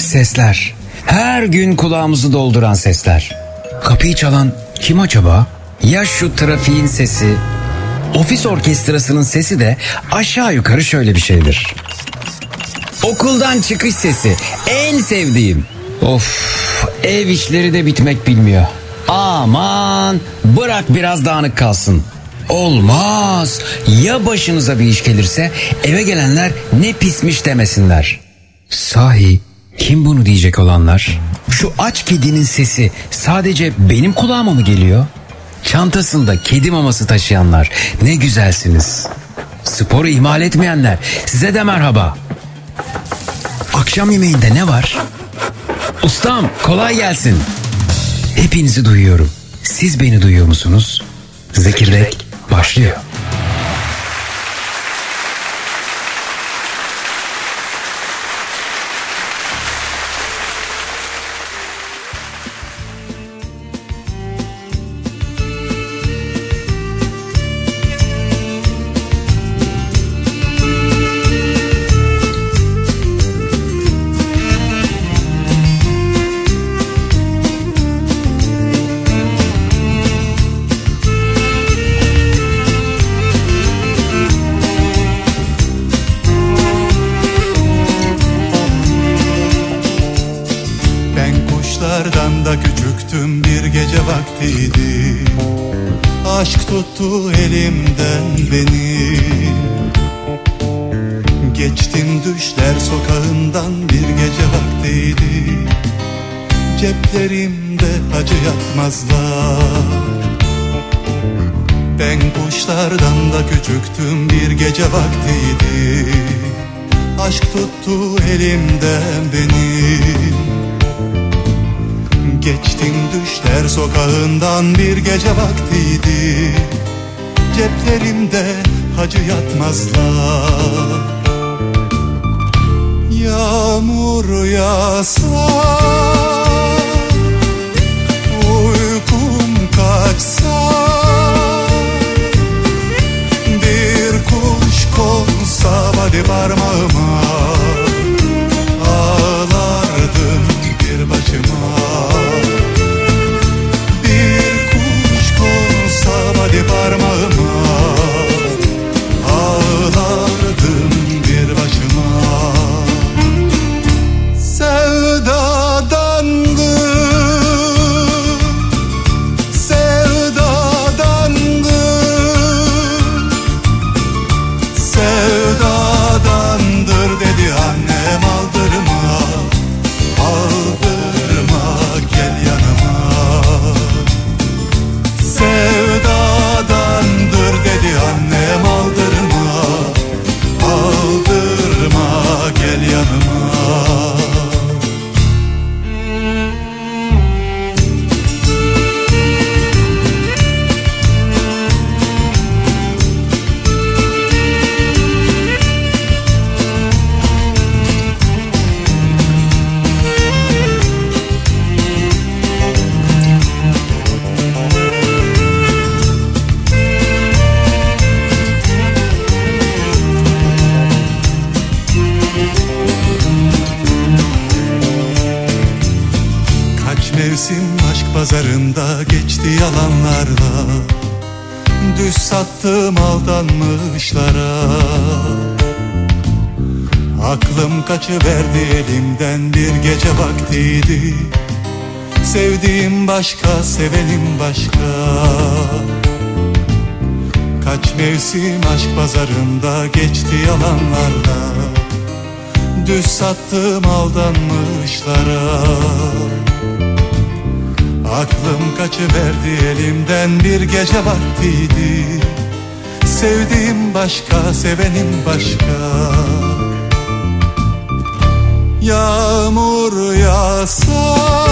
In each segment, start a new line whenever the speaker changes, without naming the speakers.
Sesler. Her gün kulağımızı dolduran sesler. Kapıyı çalan kim acaba? Ya şu trafiğin sesi? Ofis orkestrasının sesi de aşağı yukarı şöyle bir şeydir. Okuldan çıkış sesi. En sevdiğim. Of, ev işleri de bitmek bilmiyor. Aman, bırak biraz dağınık kalsın. Olmaz. Ya başınıza bir iş gelirse eve gelenler ne pismiş demesinler. Sahi kim bunu diyecek olanlar? Şu aç kedinin sesi sadece benim kulağıma mı geliyor? Çantasında kedi maması taşıyanlar ne güzelsiniz. Sporu ihmal etmeyenler size de merhaba. Akşam yemeğinde ne var? Ustam kolay gelsin. Hepinizi duyuyorum. Siz beni duyuyor musunuz? Zekirdek başlıyor.
Aşk tuttu elimden beni. Geçtim düşler sokağından bir gece vaktiydi. Ceplerimde acı yatmazlar. Ben kuşlardan da küçüktüm bir gece vaktiydi. Aşk tuttu elimden beni. Geçtim düşler sokağından bir gece vaktiydi. Ceplerimde hacı yatmazlar. Yağmur yağsa, uykum kaçsa, bir kuş konsa hadi parmağıma, ağlardım bir başıma. Hadi parmağıma, ağlardım bir başıma. Sevdadandı, sevdadandı, sevdadandır dedi annem aldırma, aldırma gel yanıma. Sevdadandır dedi annem aldırma, aldırma gel yanıma. Mevsim aşk pazarında geçti yalanlarla. Düz sattım aldanmışlara. Aklım kaçıverdi elimden bir gece vaktiydi. Sevdiğim başka, sevenim başka. Kaç mevsim aşk pazarında geçti yalanlarla. Düz sattım aldanmışlara. Aklım kaçıverdi elimden bir gece vaktiydi. Sevdiğim başka, sevenim başka. Yağmur yağsa,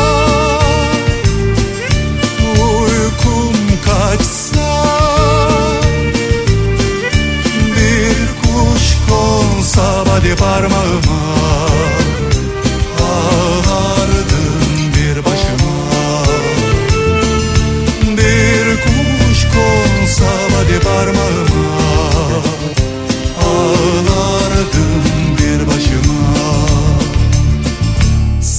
uykum kaçsa, bir kuş konsa hadi parmağıma, ağlardım bir başıma. Bir kuş konsa hadi parmağıma, ağlardım bir başıma.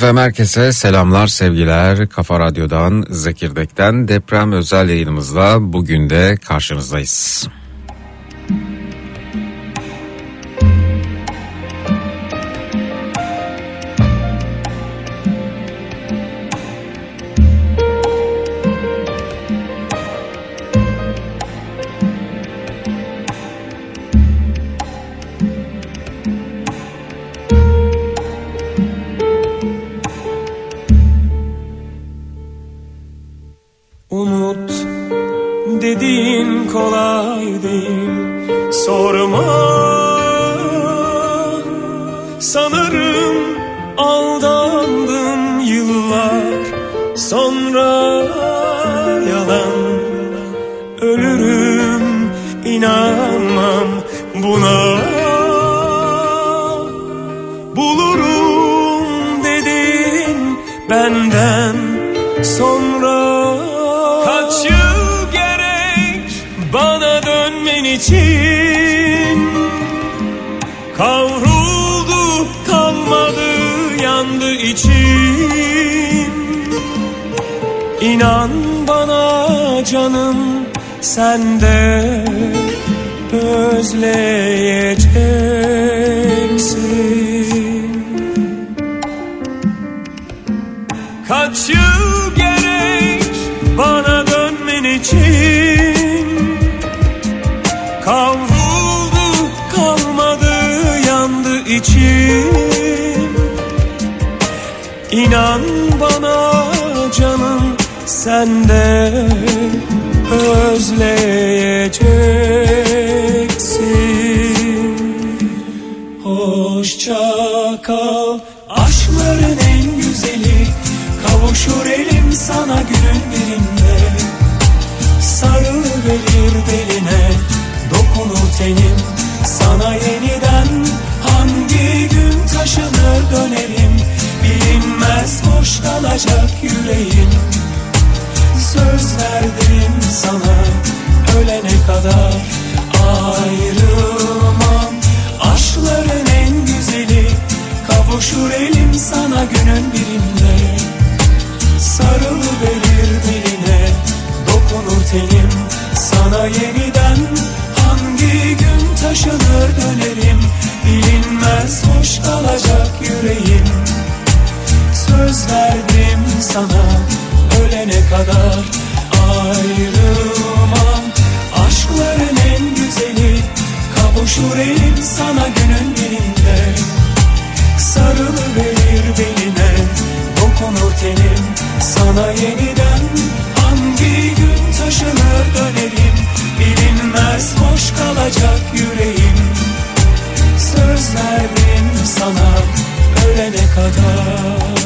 efendim, herkese selamlar, sevgiler. Kafa Radyo'dan, Zekirdek'ten deprem özel yayınımızla bugün de karşınızdayız.
Umut dediğin kolay değil, sorma. Sanırım aldandım yıllar sonra, yalan. Ölürüm, inanmam buna. Bulurum dedin benden sonra. Kaç yıl gerek bana dönmen için? Kavruldu, kalmadı, yandı için. İnan bana canım, sen de özleyeceksin. Kaç yıl gerek bana dönmen için? Kavruldu, kalmadı, yandı için. İnan bana canım, sen de özleyeceksin. Hoşça kal, aşkların en güzeli. Kavuşur elim sana günün birinde. Sarılıverir beline, dokunur tenim sana yeniden. Hangi gün taşınır dönerim, bilinmez boş kalacak yüreğim. Söz verdim sana, ölene kadar ayrılmam. Aşkların en güzeli, kavuşur elim sana günün birinde. Sarılıverir beline, dokunur tenim sana yeniden. Hangi gün taşınır dönerim, bilinmez hoş kalacak yüreğim. Söz verdim sana, ölene kadar ayrılmam. Aşkların en güzeli, kavuşur elim sana günün birinde. Sarılıverir beline, dokunur tenim sana yeniden. Hangi gün taşınır dönerim, bilinmez boş kalacak yüreğim. Söz verdim sana, ölene kadar.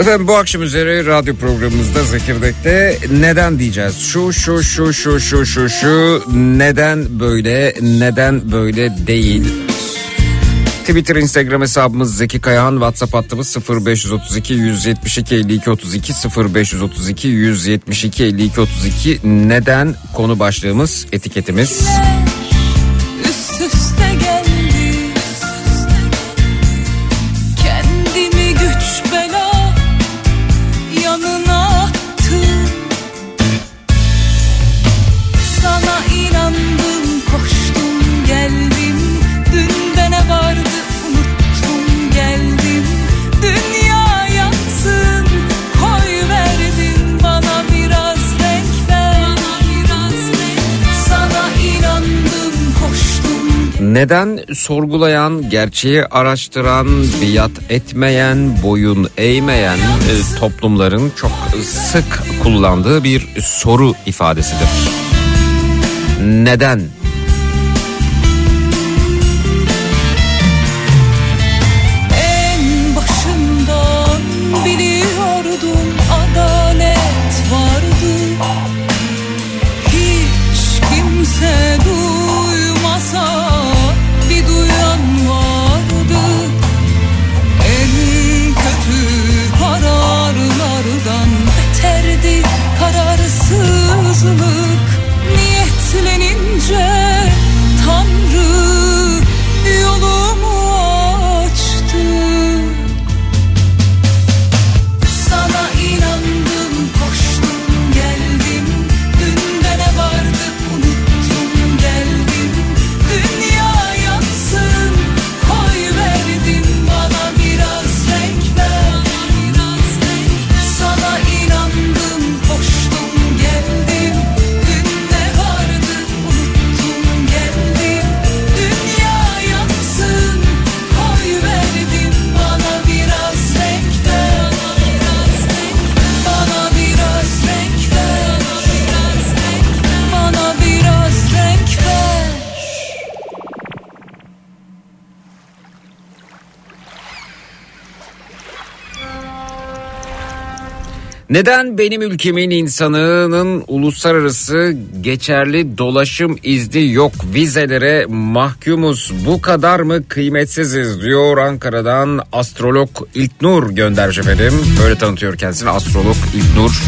Efendim bu akşam üzere radyo programımızda Zekirdek'te neden diyeceğiz? Şu neden böyle değil? Twitter, Instagram hesabımız Zeki Kayahan, WhatsApp hattımız 0532 172 52 32 0532 172 52 32. Neden konu başlığımız, etiketimiz.
Üst üste geldi, kendimi güç bela yanına attım. Sana inandım, koştum geldim, dünde ne vardı unuttum geldim. Dünya yansın, koy verdin bana biraz renk ver. Sana inandım, koştum.
Neden sorgulayan, gerçeği araştıran, biat etmeyen, boyun eğmeyen toplumların çok sık kullandığı bir soru ifadesidir. Neden?
En başından biliyordum adalet vardı. Hiç kimse duymasa bir duyan vardı. En kötü kararlardan beterdi kararsızlık. Niyetlenince Tanrı yolumu açtı. Sana inandım, koştum geldim, dünde ne vardı unuttum geldim. Dünya yansın, koy verdin bana biraz renk ver. Sana inandım, koştum geldim, dünde vardı unuttum geldim. Dünya yansın, koy verdin bana biraz renk ver. Bana biraz renk ver. Bana biraz renk ver.
Neden benim ülkemin insanının uluslararası geçerli dolaşım izni yok, vizelere mahkumuz, bu kadar mı kıymetsiziz diyor Ankara'dan astrolog İlknur göndermiş efendim. Böyle tanıtıyor kendisini astrolog İlknur.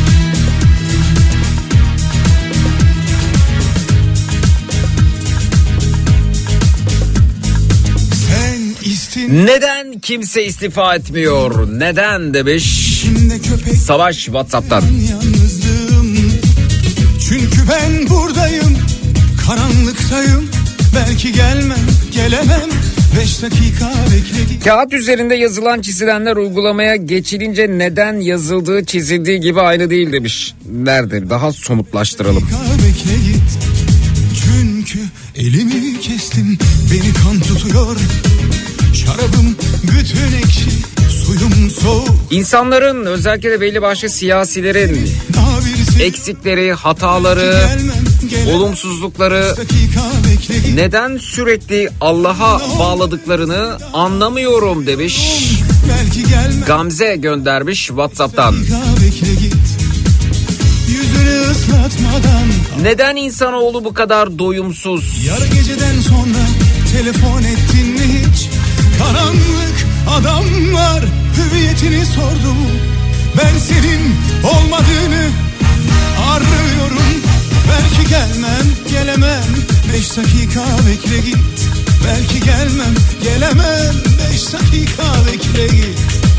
Sen istin
Neden kimse istifa etmiyor? Neden demiş
içinde köpek
Savaş WhatsApp'tan.
yalnızlığım. Çünkü ben buradayım, karanlıktayım. Belki gelemem. 5 dakika bekle.
Kağıt üzerinde yazılan çizilenler uygulamaya geçilince neden yazıldığı çizildiği gibi aynı değil demiş. Nerede? Daha somutlaştıralım.
Bekle git. Çünkü elimi kestim, beni kan tutuyor. Şarabım bütün ekşi, suyum soğuk.
İnsanların, özellikle de belli başlı siyasilerin
Daha birisi
eksikleri, hataları,
gelemem.
olumsuzlukları
5 dakika bekle git.
neden sürekli Allah'a bağladıklarını anlamıyorum demiş.
Belki gelmem.
Gamze göndermiş WhatsApp'tan.
Dakika bekle git. Yüzünü ıslatmadan.
Neden insanoğlu bu kadar doyumsuz?
Yarı geceden sonra telefon ettin mi hiç? Karanlık adamlar hüviyetini sordu. Ben senin olmadığını arıyorum. Belki gelemem. 5 dakika bekle git. Belki gelemem. 5 dakika bekle git.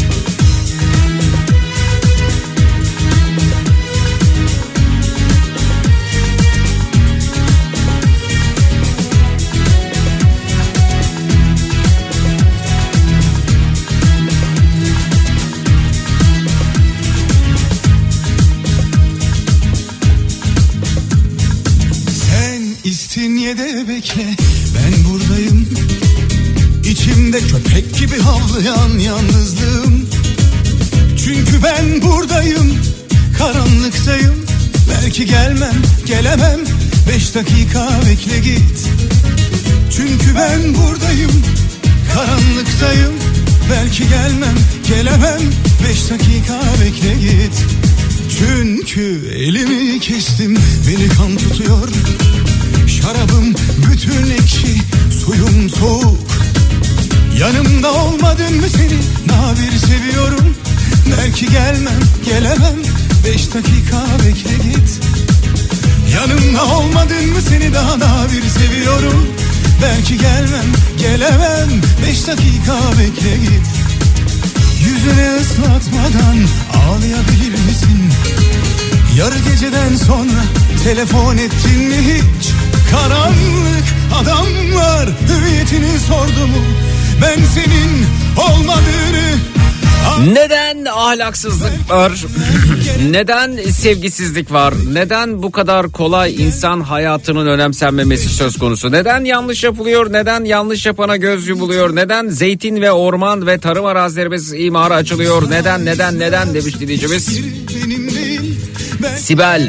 İstinye'de bekle, ben buradayım. İçimde köpek gibi havlayan yalnızlığım. Çünkü ben buradayım, karanlıktayım. Belki gelemem. 5 dakika bekle git. Çünkü ben buradayım, karanlıktayım. belki gelmem, gelemem. 5 dakika bekle git. Çünkü elimi kestim, beni kan tutuyor. Şarabım bütün ekşi, suyum soğuk. Yanımda olmadın mı seni daha bir seviyorum. Belki gelmem, gelemem. 5 dakika bekle git. Yanımda olmadın mı seni daha bir seviyorum. Belki gelmem, gelemem. 5 dakika bekle git. Yüzüne ıslatmadan ağlayabilir misin? Yarı geceden sonra telefon ettin mi hiç? Karanlık adamlar hüviyetini sordu mu? Ben senin olmadığını...
Neden ahlaksızlık var? Neden sevgisizlik var? Neden bu kadar kolay insan hayatının önemsenmemesi söz konusu? Neden yanlış yapılıyor? Neden yanlış yapana göz yumuluyor? Neden zeytin ve orman ve tarım arazilerimiz imara açılıyor? Neden demiş dinleyicimiz. Sibel.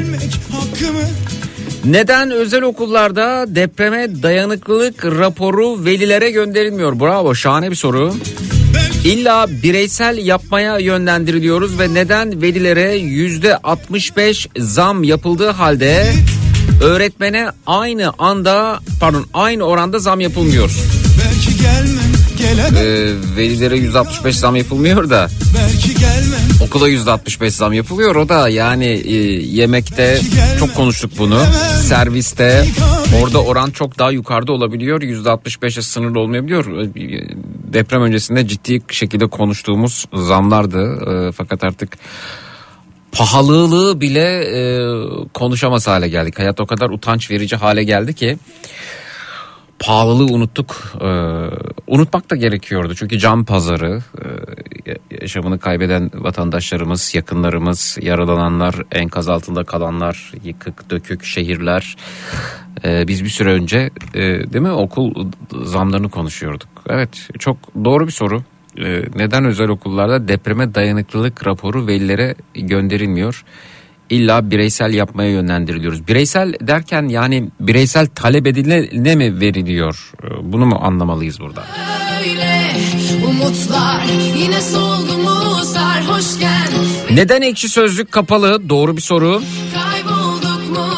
Neden özel okullarda depreme dayanıklılık raporu velilere gönderilmiyor? Bravo, şahane bir soru. İlla bireysel yapmaya yönlendiriliyoruz ve neden velilere %65 zam yapıldığı halde öğretmene aynı oranda zam yapılmıyor?
Belki gelmem,
Velilere %65 zam yapılmıyor da okula %65 zam yapılıyor. O da yani yemekte çok konuştuk bunu, serviste orada oran çok daha yukarıda olabiliyor, %65'e sınırlı olmayabiliyor. Deprem öncesinde ciddi şekilde konuştuğumuz zamlardı, fakat artık pahalılığı bile konuşamaz hale geldik. Hayat o kadar utanç verici hale geldi ki pahalılığı unuttuk. Unutmak da gerekiyordu. Çünkü can pazarı, yaşamını kaybeden vatandaşlarımız, yakınlarımız, yaralananlar, enkaz altında kalanlar, yıkık dökük şehirler. Biz bir süre önce değil mi okul zamlarını konuşuyorduk. Evet, çok doğru bir soru. Neden özel okullarda depreme dayanıklılık raporu velilere gönderilmiyor? İlla bireysel yapmaya yönlendiriliyoruz. Bireysel derken yani bireysel talep edilene mi veriliyor? Bunu mu anlamalıyız burada?
Öyle umutlar yine soldu mu sarhoşken.
Neden Ekşi Sözlük kapalı? Doğru bir soru.
Kaybolduk mu?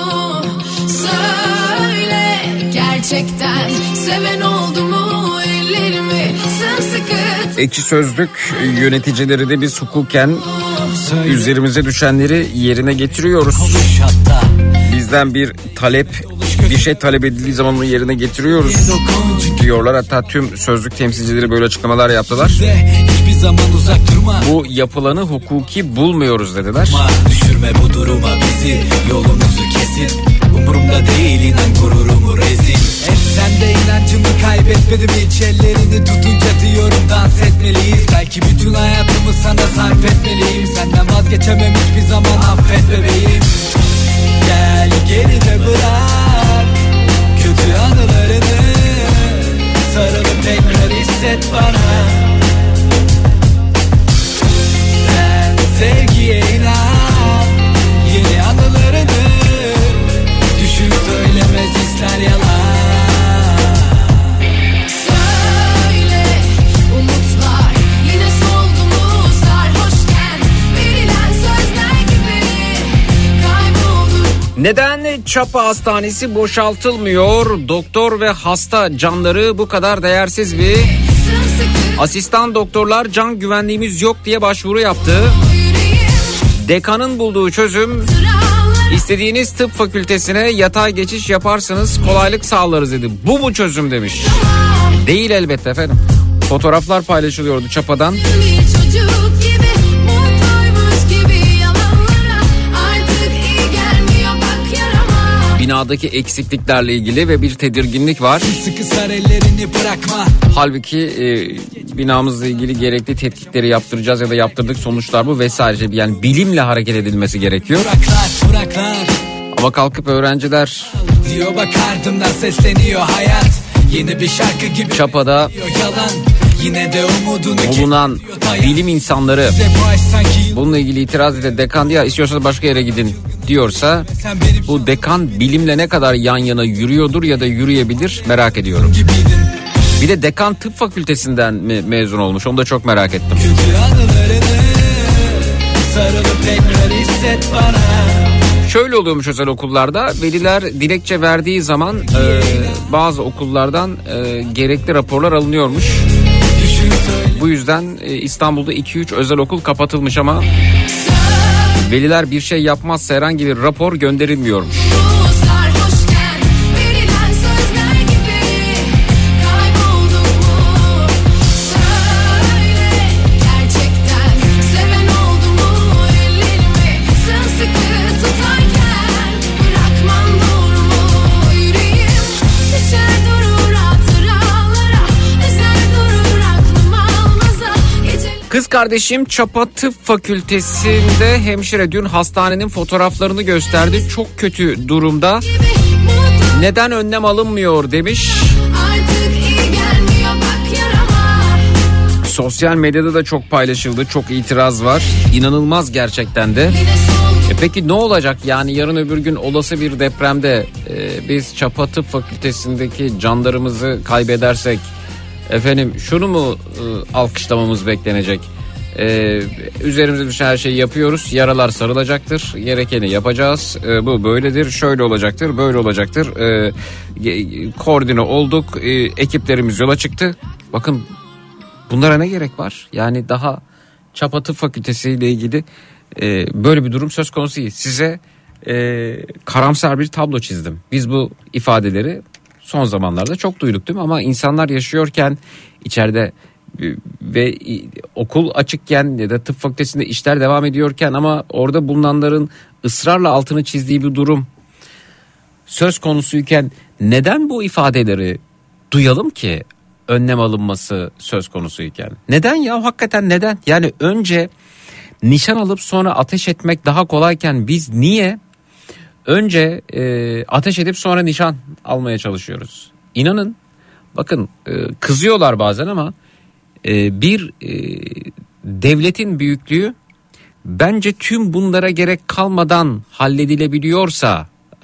Söyle gerçekten seven oldu mu? Ellerimi sımsıkı.
Ekşi Sözlük yöneticileri de biz hukuken üzerimize düşenleri yerine getiriyoruz. Bizden bir şey talep edildiği zaman onu yerine getiriyoruz diyorlar. Hatta tüm sözlük temsilcileri böyle açıklamalar yaptılar. Bu yapılanı hukuki bulmuyoruz dediler.
Düşürme bu duruma bizi, yolumuzu kesin. Umurumda değil inan gururumu rezil. Hep sende inancımı kaybetmedim hiç, ellerini tutunca diyorum dans etmeliyiz. Belki bütün hayatımı sana sarf etmeliyim. Senden vazgeçemem hiçbir zaman, affet bebeğim. Gel geride bırak kötü anılarını, sarılıp tekrar hisset bana. Sen sevgiye inan, yeni anılarını düşün, söylemez ister yalan.
Söyle umutlar yine soldu mu sarhoşken, verilen sözler gibi kaybolduk.
Neden Çapa Hastanesi boşaltılmıyor? Doktor ve hasta canları bu kadar değersiz mi? Asistan doktorlar can güvenliğimiz yok diye başvuru yaptı. Dekanın bulduğu çözüm, istediğiniz tıp fakültesine yatay geçiş yaparsınız, kolaylık sağlarız dedi. Bu mu çözüm demiş. Değil elbette efendim. Fotoğraflar paylaşılıyordu Çapa'dan.
Bir çocuk gibi mutluymuş gibi yalanlara, artık iyi gelmiyor bak yarama.
Binadaki eksikliklerle ilgili ve bir tedirginlik var.
Sıkı sar ellerini bırakma.
Halbuki binamızla ilgili gerekli tetkikleri yaptıracağız ya da yaptırdık, sonuçlar bu vesaire. Yani bilimle hareket edilmesi gerekiyor.
Bıraklar.
Ama kalkıp öğrenciler
Diyor bak ardımdan sesleniyor hayat. Yeni bir şarkı gibi.
Çapa'da
Yalan. Yine de umudunu
bulunan bilim insanları bununla ilgili itiraz edip dekan ya istiyorsanız başka yere gidin diyorsa, bu dekan bilimle ne kadar yan yana yürüyordur ya da yürüyebilir merak ediyorum. Bir de dekan tıp fakültesinden mi mezun olmuş? Onu da çok merak ettim.
Kötü anılarını sarılıp tekrar hisset bana.
Şöyle oluyormuş özel okullarda, veliler dilekçe verdiği zaman bazı okullardan gerekli raporlar alınıyormuş. Bu yüzden İstanbul'da 2-3 özel okul kapatılmış ama veliler bir şey yapmazsa herhangi bir rapor gönderilmiyormuş.
Sarhoşken verilen sözler gibi kaybolduk mu? Söyle gerçekten seven oldu mu? Ellerimi sımsıkı tutarken bırakman doğru mu? Yüreğim düşer durur hatıralara, ezer durur aklım almaza.
Kız kardeşim Çapa Tıp Fakültesinde hemşire dün hastanenin fotoğraflarını gösterdi. Çok kötü durumda. Neden önlem alınmıyor demiş.
Artık iyi gelmiyor bak yarama.
Sosyal medyada da çok paylaşıldı. Çok itiraz var. İnanılmaz gerçekten de.
Yine soldum.
Peki ne olacak yani yarın öbür gün olası bir depremde biz Çapa Tıp Fakültesindeki canlarımızı kaybedersek efendim şunu mu alkışlamamız beklenecek? Üzerimize düşen her şeyi yapıyoruz. Yaralar sarılacaktır. Gerekeni yapacağız. Bu böyledir. Şöyle olacaktır. Böyle olacaktır. Koordine olduk. Ekiplerimiz yola çıktı. Bakın bunlara ne gerek var? Yani daha Çapa Tıp Fakültesi ile ilgili böyle bir durum söz konusu değil. Size karamsar bir tablo çizdim. Biz bu ifadeleri son zamanlarda çok duyduk değil mi? Ama insanlar yaşıyorken içeride ve okul açıkken ya da tıp fakültesinde işler devam ediyorken ama orada bulunanların ısrarla altını çizdiği bir durum söz konusuyken neden bu ifadeleri duyalım ki önlem alınması söz konusuyken? Neden ya, hakikaten neden? Yani önce nişan alıp sonra ateş etmek daha kolayken biz niye önce ateş edip sonra nişan almaya çalışıyoruz? İnanın bakın kızıyorlar bazen ama bir devletin büyüklüğü bence tüm bunlara gerek kalmadan halledilebiliyorsa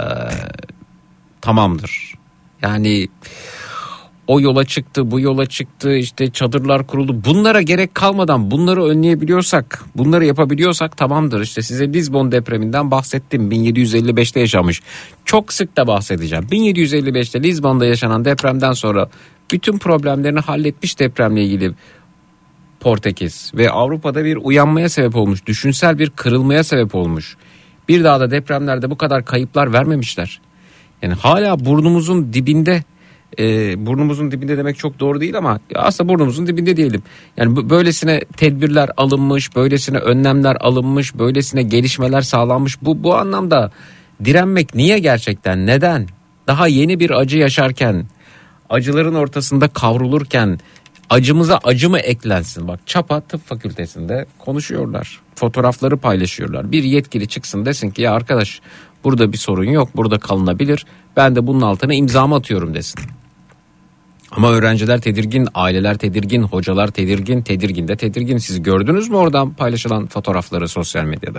tamamdır. Yani o yola çıktı, bu yola çıktı, işte çadırlar kuruldu. Bunlara gerek kalmadan bunları önleyebiliyorsak, bunları yapabiliyorsak tamamdır. İşte size Lizbon depreminden bahsettim. 1755'te yaşamış. Çok sık da bahsedeceğim. 1755'te Lizbon'da yaşanan depremden sonra bütün problemlerini halletmiş depremle ilgili Portekiz ve Avrupa'da bir uyanmaya sebep olmuş. Düşünsel bir kırılmaya sebep olmuş. Bir daha da depremlerde bu kadar kayıplar vermemişler. Yani hala burnumuzun dibinde, burnumuzun dibinde demek çok doğru değil ama aslında burnumuzun dibinde diyelim. Yani böylesine tedbirler alınmış, böylesine önlemler alınmış, böylesine gelişmeler sağlanmış. Bu anlamda direnmek niye gerçekten? Neden? Daha yeni bir acı yaşarken, acıların ortasında kavrulurken acımıza acı mı eklensin? Bak Çapa Tıp Fakültesi'nde konuşuyorlar. Fotoğrafları paylaşıyorlar. Bir yetkili çıksın desin ki ya arkadaş burada bir sorun yok. Burada kalınabilir. Ben de bunun altına imzamı atıyorum desin. Ama öğrenciler tedirgin, aileler tedirgin, hocalar tedirgin, tedirgin de tedirgin. Siz gördünüz mü oradan paylaşılan fotoğrafları sosyal medyada?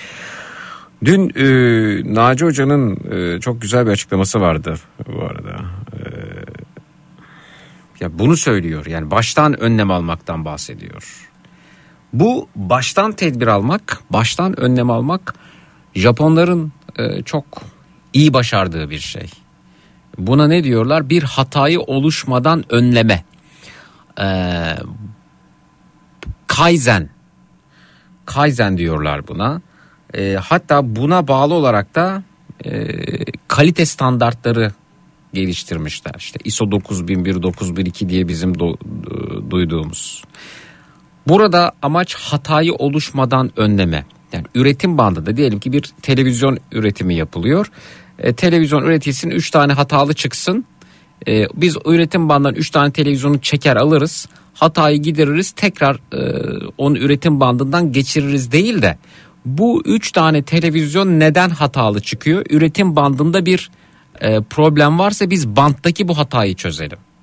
Dün Naci Hoca'nın çok güzel bir açıklaması vardı bu arada. Ya bunu söylüyor, yani baştan önlem almaktan bahsediyor. Bu baştan tedbir almak, baştan önlem almak Japonların çok iyi başardığı bir şey. Buna ne diyorlar? Bir hatayı oluşmadan önleme. Kaizen. Kaizen diyorlar buna. Hatta buna bağlı olarak da kalite standartları geliştirmişler. İşte ISO 9001, 9002 diye bizim duyduğumuz. Burada amaç hatayı oluşmadan önleme. Yani üretim bandında diyelim ki bir televizyon üretimi yapılıyor. Televizyon üreticisinin 3 tane hatalı çıksın. Biz üretim bandından 3 tane televizyonu çeker alırız. Hatayı gideririz, tekrar onu üretim bandından geçiririz değil de bu 3 tane televizyon neden hatalı çıkıyor? Üretim bandında bir problem varsa biz banttaki bu hatayı çözelim.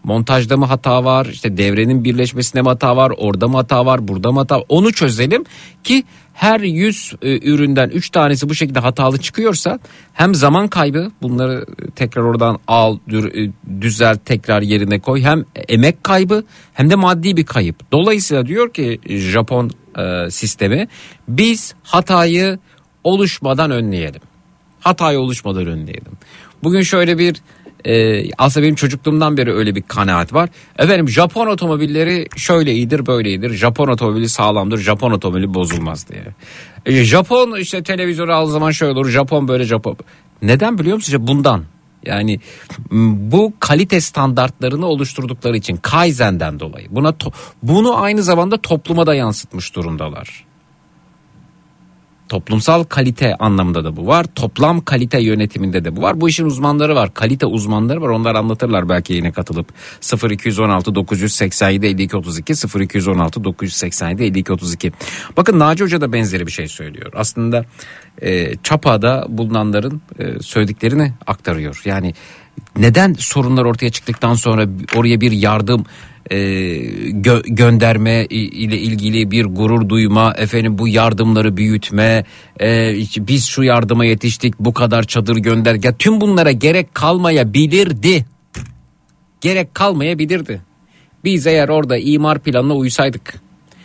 Montajda mı hata var? İşte devrenin birleşmesinde mi hata var? Orada mı hata var? Burada mı hata var? Onu çözelim ki her 100 üründen 3 tanesi bu şekilde hatalı çıkıyorsa hem zaman kaybı, bunları tekrar oradan al, düzelt, tekrar yerine koy, hem emek kaybı hem de maddi bir kayıp. Dolayısıyla diyor ki Japon sistemi, biz hatayı oluşmadan önleyelim. Hatayı oluşmadan önleyelim. Bugün şöyle bir aslında benim çocukluğumdan beri öyle bir kanaat var. Efendim Japon otomobilleri şöyle iyidir, böyle iyidir. Japon otomobili sağlamdır, Japon otomobili bozulmaz diye. Japon işte televizyonu aldığı zaman şöyle olur, Japon böyle, Japon. Neden biliyor musunuz? İşte bundan. Yani bu kalite standartlarını oluşturdukları için, Kaizen'den dolayı. Bunu aynı zamanda topluma da yansıtmış durumdalar. Toplumsal kalite anlamında da bu var. Toplam kalite yönetiminde de bu var. Bu işin uzmanları var. Kalite uzmanları var. Onlar anlatırlar belki yine katılıp. 0216 987 52 32 0216 987 52 32. Bakın Naci Hoca da benzeri bir şey söylüyor. Aslında Çapa'da bulunanların söylediklerini aktarıyor. Yani neden sorunlar ortaya çıktıktan sonra oraya bir yardım gönderme ile ilgili bir gurur duyma, efendim bu yardımları büyütme, biz şu yardıma yetiştik, bu kadar çadır gönder, ya tüm bunlara gerek kalmayabilirdi. Gerek kalmayabilirdi. Biz eğer orada imar planına uysaydık,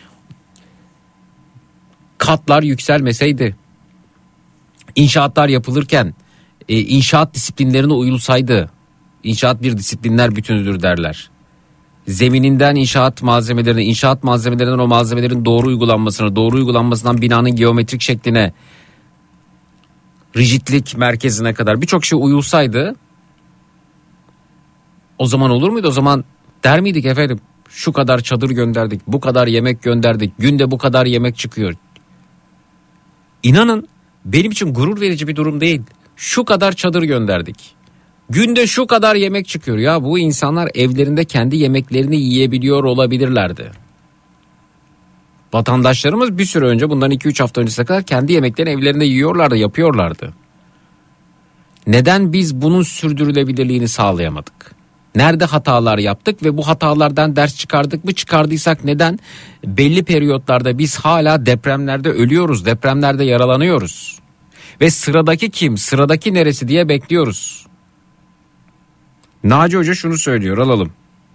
katlar yükselmeseydi, inşaatlar yapılırken inşaat disiplinlerine uyulsaydı, inşaat bir disiplinler bütünüdür derler. Zemininden inşaat malzemelerinden o malzemelerin doğru uygulanmasından binanın geometrik şekline, rigidlik merkezine kadar birçok şey uyulsaydı, o zaman olur muydu? O zaman der miydik efendim şu kadar çadır gönderdik, bu kadar yemek gönderdik, günde bu kadar yemek çıkıyor. İnanın benim için gurur verici bir durum değil. Şu kadar çadır gönderdik, günde şu kadar yemek çıkıyor. Ya bu insanlar evlerinde kendi yemeklerini yiyebiliyor olabilirlerdi. Vatandaşlarımız bir süre önce, bundan 2-3 hafta öncesine kadar kendi yemeklerini evlerinde yiyorlardı, yapıyorlardı. Neden biz bunun sürdürülebilirliğini sağlayamadık? Nerede hatalar yaptık ve bu hatalardan ders çıkardık mı? Çıkardıysak neden belli periyotlarda biz hala depremlerde ölüyoruz, depremlerde yaralanıyoruz? Ve sıradaki kim, sıradaki neresi diye bekliyoruz. Naci Hoca şunu söylüyor, alalım.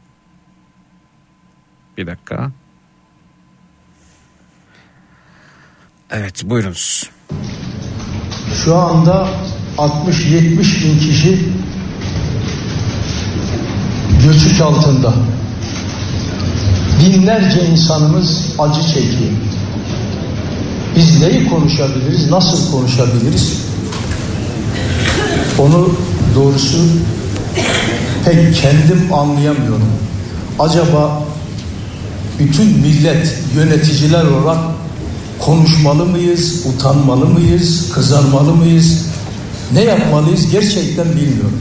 Bir dakika. Evet, buyurunuz.
Şu anda 60-70 bin kişi göçük altında. Binlerce insanımız acı çekiyor. Biz neyi konuşabiliriz, nasıl konuşabiliriz? Onu doğrusu pek kendim anlayamıyorum. Acaba bütün millet, yöneticiler olarak konuşmalı mıyız, utanmalı mıyız, kızarmalı mıyız, ne yapmalıyız gerçekten bilmiyorum.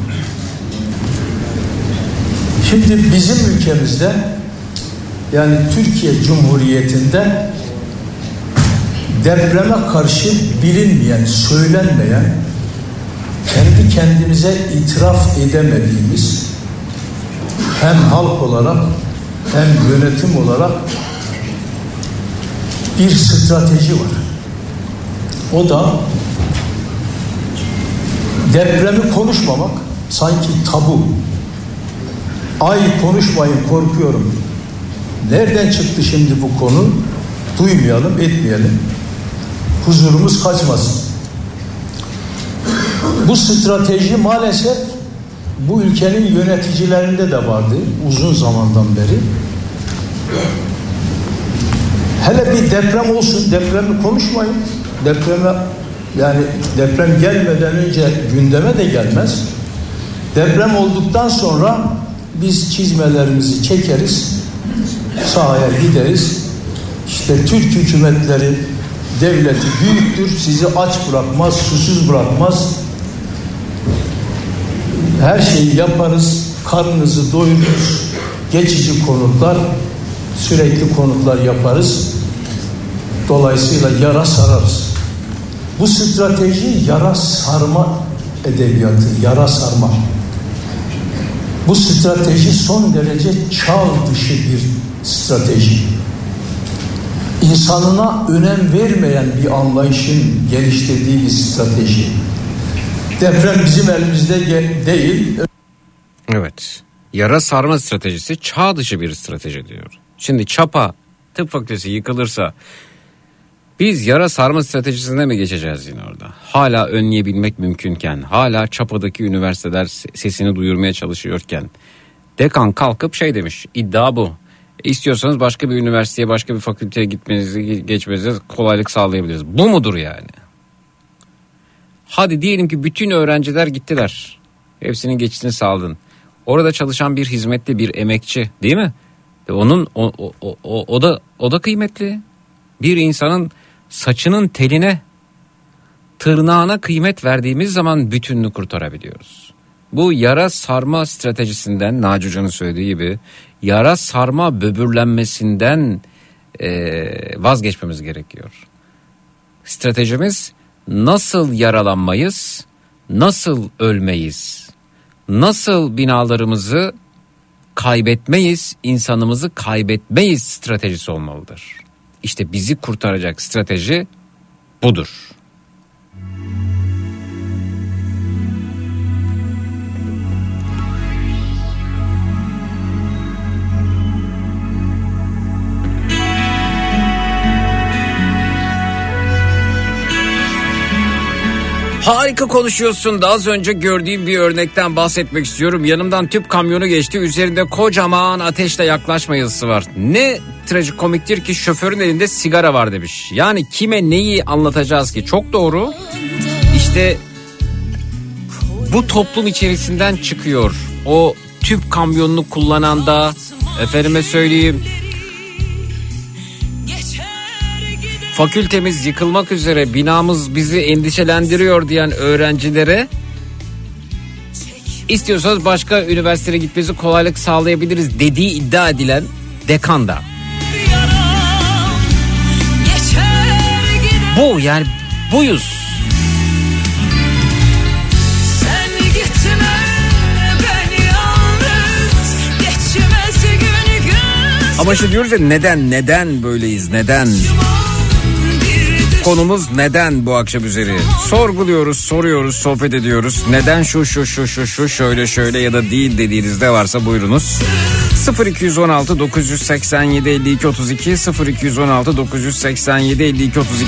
Şimdi bizim ülkemizde, yani Türkiye Cumhuriyeti'nde depreme karşı bilinmeyen, söylenmeyen, kendi kendimize itiraf edemediğimiz, hem halk olarak hem yönetim olarak bir strateji var. O da depremi konuşmamak, sanki tabu. Ay konuşmayın, korkuyorum. Nereden çıktı şimdi bu konu? Duymayalım, etmeyelim. Huzurumuz kaçmasın. Bu strateji maalesef bu ülkenin yöneticilerinde de vardı uzun zamandan beri. Hele bir deprem olsun, depremi konuşmayın. Deprem gelmeden önce gündeme de gelmez. Deprem olduktan sonra biz çizmelerimizi çekeriz, sahaya gideriz. İşte Türk hükümetleri, devleti büyüktür, sizi aç bırakmaz, susuz bırakmaz. Her şeyi yaparız, karnınızı doyururuz, geçici konutlar, sürekli konutlar yaparız. Dolayısıyla yara sararız. Bu strateji yara sarma edebiyatı, yara sarma. Bu strateji son derece çağ dışı bir strateji. İnsanına önem vermeyen bir anlayışın geliştirdiği bir strateji. Deprem bizim elimizde değil.
Evet. Yara sarma stratejisi çağ dışı bir strateji diyor. Şimdi Çapa Tıp Fakültesi yıkılırsa biz yara sarma stratejisine mi geçeceğiz yine orada? Hala önleyebilmek mümkünken, hala Çapa'daki üniversiteler sesini duyurmaya çalışıyorken dekan kalkıp şey demiş, iddia bu. İstiyorsanız başka bir üniversiteye, başka bir fakülteye geçmenize kolaylık sağlayabiliriz. Bu mudur yani? Hadi diyelim ki bütün öğrenciler gittiler. Hepsinin geçişini sağladın. Orada çalışan bir hizmetli, bir emekçi, değil mi? O da kıymetli. Bir insanın saçının teline, tırnağına kıymet verdiğimiz zaman bütününü kurtarabiliyoruz. Bu yara sarma stratejisinden, Naci Hoca'nın söylediği gibi yara sarma böbürlenmesinden vazgeçmemiz gerekiyor. Stratejimiz nasıl yaralanmayız, nasıl ölmeyiz, nasıl binalarımızı kaybetmeyiz, insanımızı kaybetmeyiz stratejisi olmalıdır. İşte bizi kurtaracak strateji budur. Harika konuşuyorsun da az önce gördüğüm bir örnekten bahsetmek istiyorum. Yanımdan tüp kamyonu geçti. Üzerinde kocaman ateşle yaklaşma yazısı var. Ne trajikomiktir ki şoförün elinde sigara var demiş. Yani kime neyi anlatacağız ki? Çok doğru. İşte bu toplum içerisinden çıkıyor. O tüp kamyonunu kullanan da, efendime söyleyeyim, fakültemiz yıkılmak üzere, binamız bizi endişelendiriyor diyen öğrencilere istiyorsanız başka üniversiteye gitmenizi kolaylık sağlayabiliriz dediği iddia edilen dekan da. Bu yani buyuz. Ama işte diyoruz ya neden böyleyiz, neden? Konumuz neden bu akşam üzeri? Sorguluyoruz, soruyoruz, sohbet ediyoruz. Neden şu şöyle ya da değil dediğiniz ne varsa buyurunuz. 0216 987 52 32 0216 987 52 32.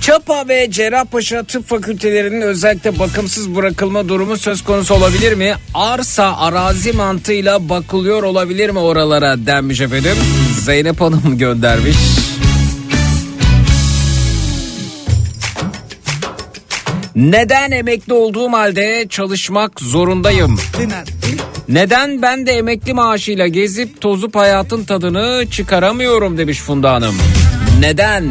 Çapa ve Cerrahpaşa Tıp Fakültelerinin özellikle bakımsız bırakılma durumu söz konusu olabilir mi? Arsa, arazi mantığıyla bakılıyor olabilir mi oralara denmiş efendim. Zeynep Hanım göndermiş. Neden emekli olduğum halde çalışmak zorundayım? Neden ben de emekli maaşıyla gezip tozup hayatın tadını çıkaramıyorum demiş Funda Hanım. Neden?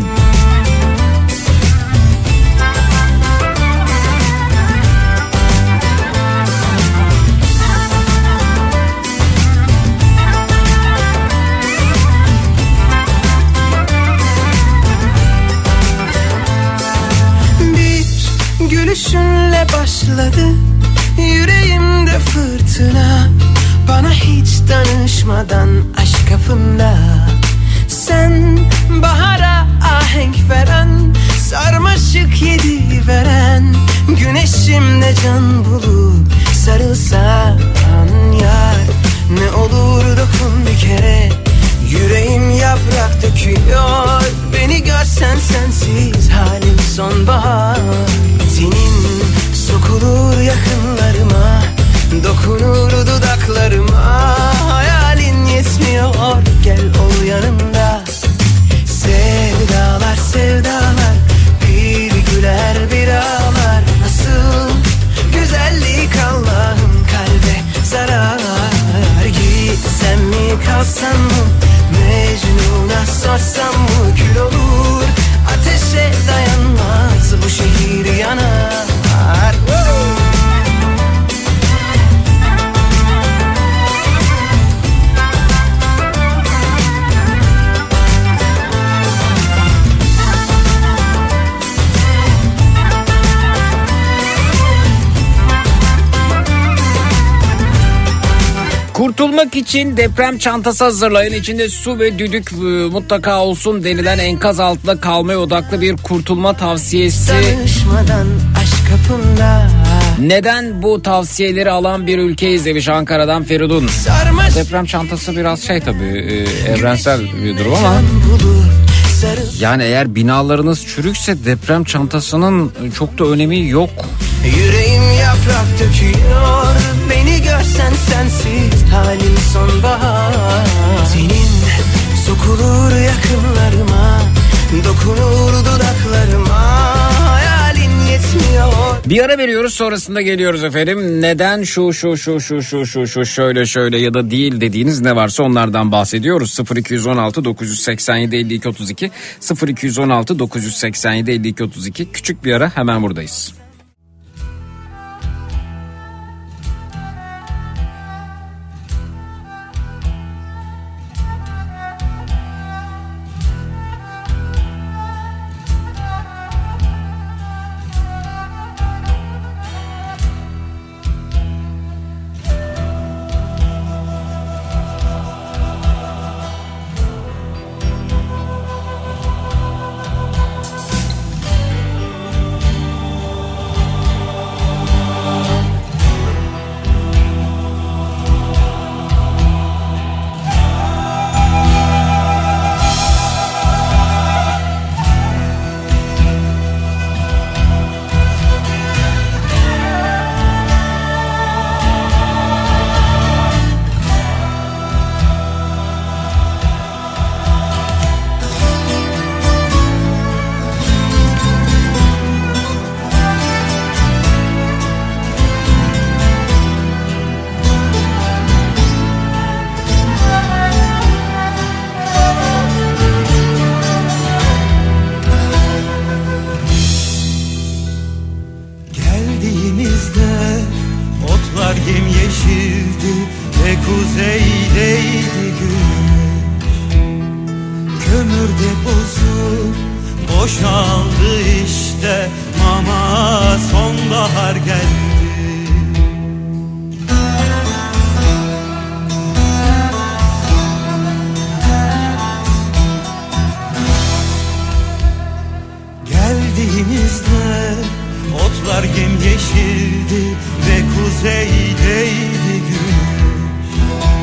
Gülüşünle başladı yüreğimde fırtına, bana hiç danışmadan aşk kapında. Sen bahara ahenk veren, sarmaşık yedi veren, güneşimle can bulup sarılsan yar. Ne olur dokun bir kere, yüreğim yaprak döküyor. Beni görsen sensiz halim sonbahar. Senin sokulur yakınlarıma, dokunur dudaklarıma. Hayalin yetmiyor, gel ol yanımda. Sevdalar sevdalar, bir güler bir ağlar. Nasıl güzellik Allah'ım kalbe zarar. Gitsem mi kalsam mı, Mecnun'a sorsam mı, kül olur. Ateşe dayanmaz bu şehir yanar.
Kurtulmak için deprem çantası hazırlayın. İçinde su ve düdük mutlaka olsun denilen enkaz altında kalmaya odaklı bir kurtulma tavsiyesi. Neden bu tavsiyeleri alan bir ülkeyiz demiş Ankara'dan Feridun. Deprem çantası biraz tabii evrensel bir durum ama yani eğer binalarınız çürükse deprem çantasının çok da önemi yok.
Yüreğim yaprak döküyor, beni görsen sensiz halim sonbahar. Senin sokulur yakınlarıma, dokunur dudaklarıma. Hayalin yetmiyor.
Bir ara veriyoruz, sonrasında geliyoruz efendim. Neden şu şöyle ya da değil dediğiniz ne varsa onlardan bahsediyoruz. 0216 987 52 32 0216 987 52 32. Küçük bir ara, hemen buradayız.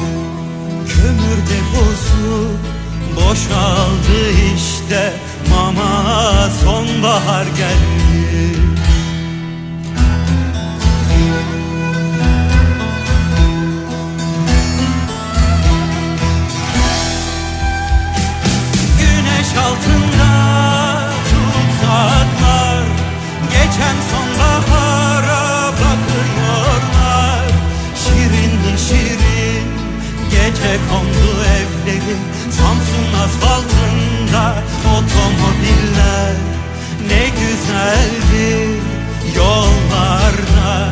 Kömür deposu boşaldı işte, mama ama sonbahar geldi. Güneş altında tutsaklar geçen sonbahara bakıyorlar. Şirin şirin gece kondu evleri, Samsun asfaltında otomobiller. Ne güzeldi yollarda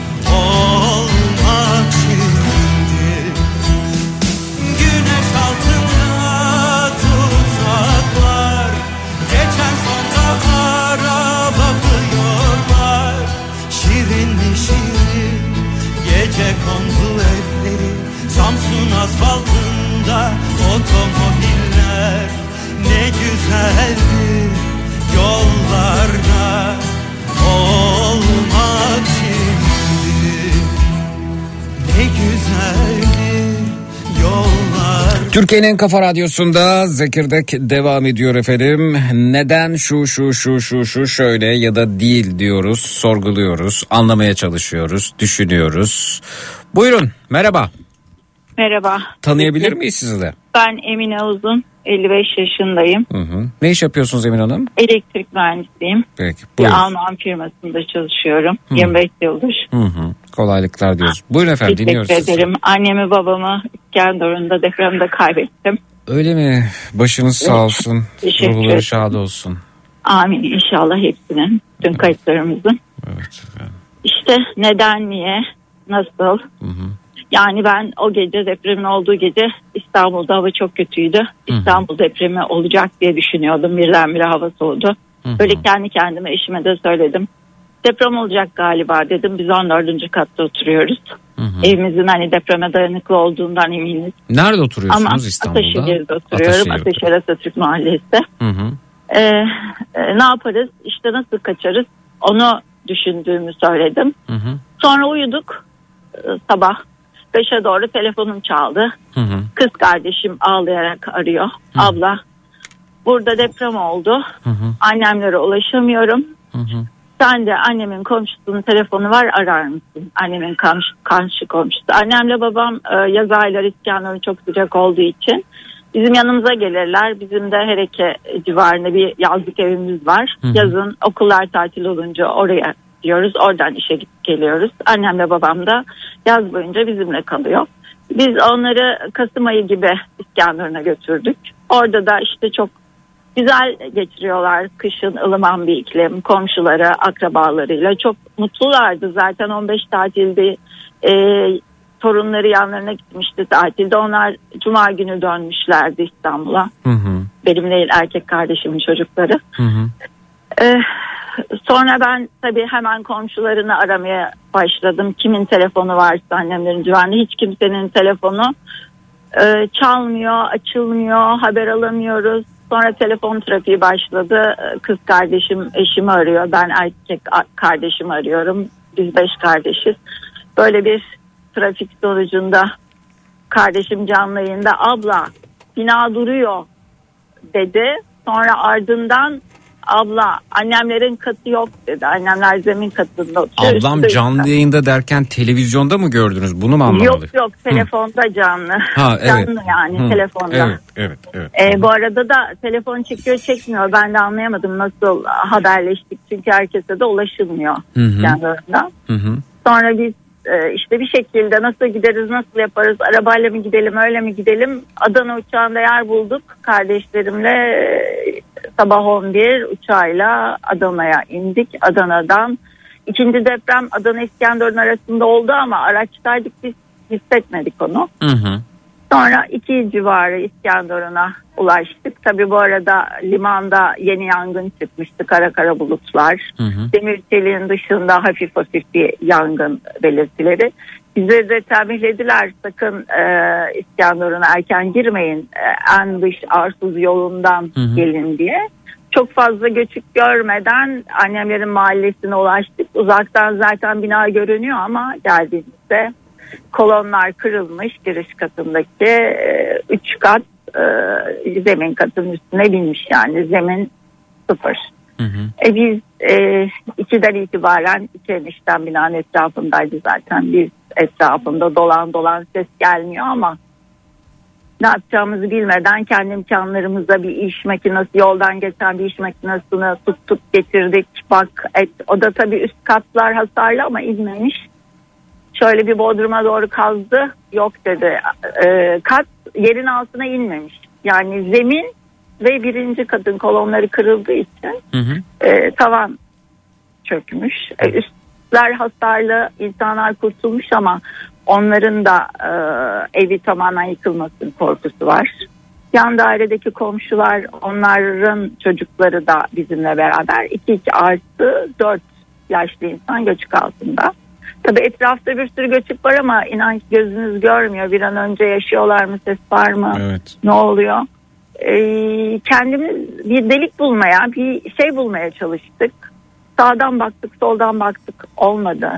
olmak şimdi. Güneş altında tutsaklar geçen sonbahara bakıyorlar. Şirin şirin gece kondu evleri, Samsun asfaltında otomobiller. Ne güzeldi yollarda olmak şimdi. Ne güzeldi yollar.
Türkiye'nin en kafa radyosunda Zekirdek devam ediyor efendim. Neden şu şöyle ya da değil diyoruz, sorguluyoruz, anlamaya çalışıyoruz, düşünüyoruz. Buyurun, merhaba.
Merhaba.
Tanıyabilir miyiz sizi de?
Ben Emine Uzun, 55 yaşındayım.
Ne iş yapıyorsunuz Emine Hanım?
Elektrik mühendisiyim.
Peki,
Bir
buyurun.
Alman firmasında çalışıyorum. 25 yıldır.
Kolaylıklar diyoruz. Buyurun efendim, dinliyoruz
Teşekkür
sizi.
ederim. Annemi babamı İskenderun'da depremde kaybettim.
Öyle mi? Başınız sağ olsun.
Teşekkür
Ruhları
ederim.
şad olsun.
Amin inşallah hepsinin. Tüm kayıtlarımızın.
Evet efendim.
İşte neden, niye, nasıl? Yani ben o gece, depremin olduğu gece İstanbul'da hava çok kötüydü. İstanbul depremi olacak diye düşünüyordum. Birdenbire hava soğudu. Böyle kendi kendime, eşime de söyledim. Deprem olacak galiba dedim. Biz 14. katta oturuyoruz. Evimizin hani depreme dayanıklı olduğundan eminiz.
Nerede oturuyorsunuz
Ama
İstanbul'da?
Ataşehir'de oturuyorum. Ataşehir Atatürk Mahallesi. Ne yaparız? İşte nasıl kaçarız? Onu düşündüğümü söyledim. Sonra uyuduk. Sabah 5'e doğru telefonum çaldı. Kız kardeşim ağlayarak arıyor. Abla, burada deprem oldu. Annemlere ulaşamıyorum. Sen de annemin komşusunun telefonu var, arar mısın? Annemin karşı komşusu. Annemle babam yaz ayları İskenderun çok sıcak olduğu için bizim yanımıza gelirler. Bizim de Hereke civarında bir yazlık evimiz var. Yazın okullar tatil olunca oraya gidiyoruz. Oradan işe gidip geliyoruz. Annemle babam da yaz boyunca bizimle kalıyor. Biz onları Kasım ayı gibi İskenderun'a götürdük. Orada da işte çok güzel geçiriyorlar. Kışın ılıman bir iklim. Komşuları, akrabalarıyla çok mutlulardı. Zaten 15 tatilde torunları yanlarına gitmişti tatilde. Onlar cuma günü dönmüşlerdi İstanbul'a. Benim değil, erkek kardeşimin çocukları. Sonra ben tabii hemen komşularını aramaya başladım. Kimin telefonu varsa annemlerin civarında, hiç kimsenin telefonu çalmıyor, açılmıyor, haber alamıyoruz. Sonra telefon trafiği başladı. Kız kardeşim eşimi arıyor. Ben erkek kardeşimi arıyorum. Biz 5 kardeşiz. Böyle bir trafik sonucunda kardeşim canlı yayında abla bina duruyor dedi. Sonra ardından abla annemlerin katı yok dedi. Annemler zemin katında oturuyor.
Ablam canlı yayında derken televizyonda mı gördünüz? Bunu mu anlamalı?
Yok telefonda canlı.
Ha, evet.
Canlı yani telefonda.
Evet.
Bu arada da telefon çekiyor çekmiyor. Ben de anlayamadım nasıl haberleştik. Çünkü herkese de ulaşılmıyor. Yanlarında. Sonra biz işte bir şekilde nasıl gideriz, nasıl yaparız, arabayla mı gidelim, öyle mi gidelim? Adana uçağında yer bulduk kardeşlerimle. Sabah 11 uçağıyla Adana'ya indik. Adana'dan ikinci deprem Adana İskenderun arasında oldu ama araçtaydık, biz hissetmedik onu. Sonra 2 civarı İskenderun'a ulaştık. Tabii bu arada limanda yeni yangın çıkmıştı, kara bulutlar. Demirçeliğin dışında hafif bir yangın belirtileri. Bize de tembihlediler, sakın İskenderun'a erken girmeyin, en dış Arsuz yolundan gelin diye. Çok fazla göçük görmeden annemlerin mahallesine ulaştık. Uzaktan zaten bina görünüyor ama geldiğimizde kolonlar kırılmış, giriş katındaki 3 kat zemin katının üstüne binmiş, yani zemin sıfır. Biz 2'den itibaren 2 enişten binanın etrafındaydı zaten. Biz etrafında dolan ses gelmiyor ama ne yapacağımızı bilmeden kendi imkanlarımızla bir iş makinesi, yoldan geçen bir iş makinesini tuttuk getirdik. Bak o da tabii üst katlar hasarlı ama inmemiş. Şöyle bir bodruma doğru kazdı. Yok dedi. Kat yerin altına inmemiş. Yani zemin ve 1. katın kolonları kırıldığı için tavan çökmüş. Üstler hasarlı, insanlar kurtulmuş ama onların da evi tamamen yıkılmasının korkusu var. Yan dairedeki komşular, onların çocukları da bizimle beraber 2+4 yaşlı insan göçük altında. Tabii etrafta bir sürü göçük var ama inan ki gözünüz görmüyor. Bir an önce yaşıyorlar mı, ses var mı, ne oluyor? Kendimiz bir delik bulmaya, bir şey bulmaya çalıştık. Sağdan baktık, soldan baktık, olmadı.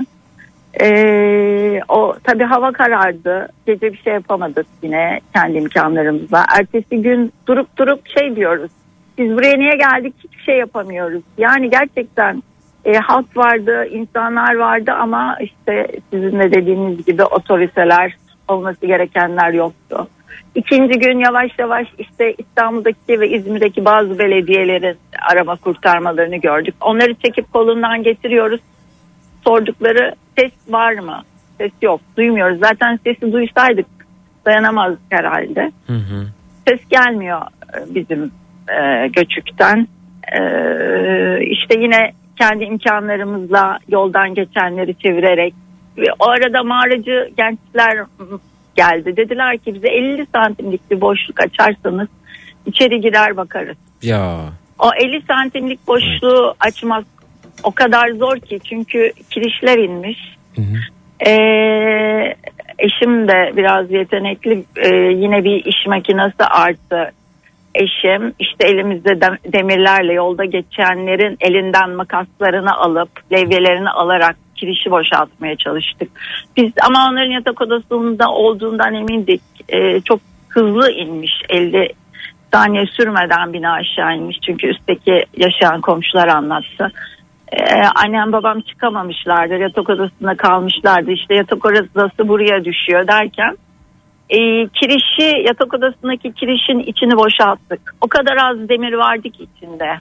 O tabii hava karardı. Gece bir şey yapamadık yine kendi imkanlarımızla. Ertesi gün durup şey diyoruz. Biz buraya niye geldik? Hiçbir şey yapamıyoruz. Yani gerçekten halk vardı, insanlar vardı ama işte sizin de dediğiniz gibi otoriteler, olması gerekenler yoktu. 2. gün yavaş yavaş işte İstanbul'daki ve İzmir'deki bazı belediyelerin arama kurtarmalarını gördük. Onları çekip kolundan getiriyoruz. Sordukları ses var mı? Ses yok. Duymuyoruz. Zaten sesi duysaydık dayanamazdık herhalde. Ses gelmiyor bizim göçükten. İşte yine kendi imkanlarımızla yoldan geçenleri çevirerek ve o arada mağaracı gençler geldi. Dediler ki bize 50 santimlik bir boşluk açarsanız içeri girer bakarız.
Ya.
O 50 santimlik boşluğu açmak o kadar zor ki çünkü kirişler inmiş. Eşim de biraz yetenekli, yine bir iş makinesi artı eşim işte elimizde demirlerle yolda geçenlerin elinden makaslarını alıp levyelerini alarak kirişi boşaltmaya çalıştık. Biz ama onların yatak odasında olduğundan emindik. Çok hızlı inmiş, 50 saniye sürmeden bina aşağı inmiş çünkü üstteki yaşayan komşular anlattı. Annem babam çıkamamışlardı, yatak odasında kalmışlardı. İşte yatak odası buraya düşüyor derken kirişi, yatak odasındaki kirişin içini boşalttık. O kadar az demir vardı ki içinde.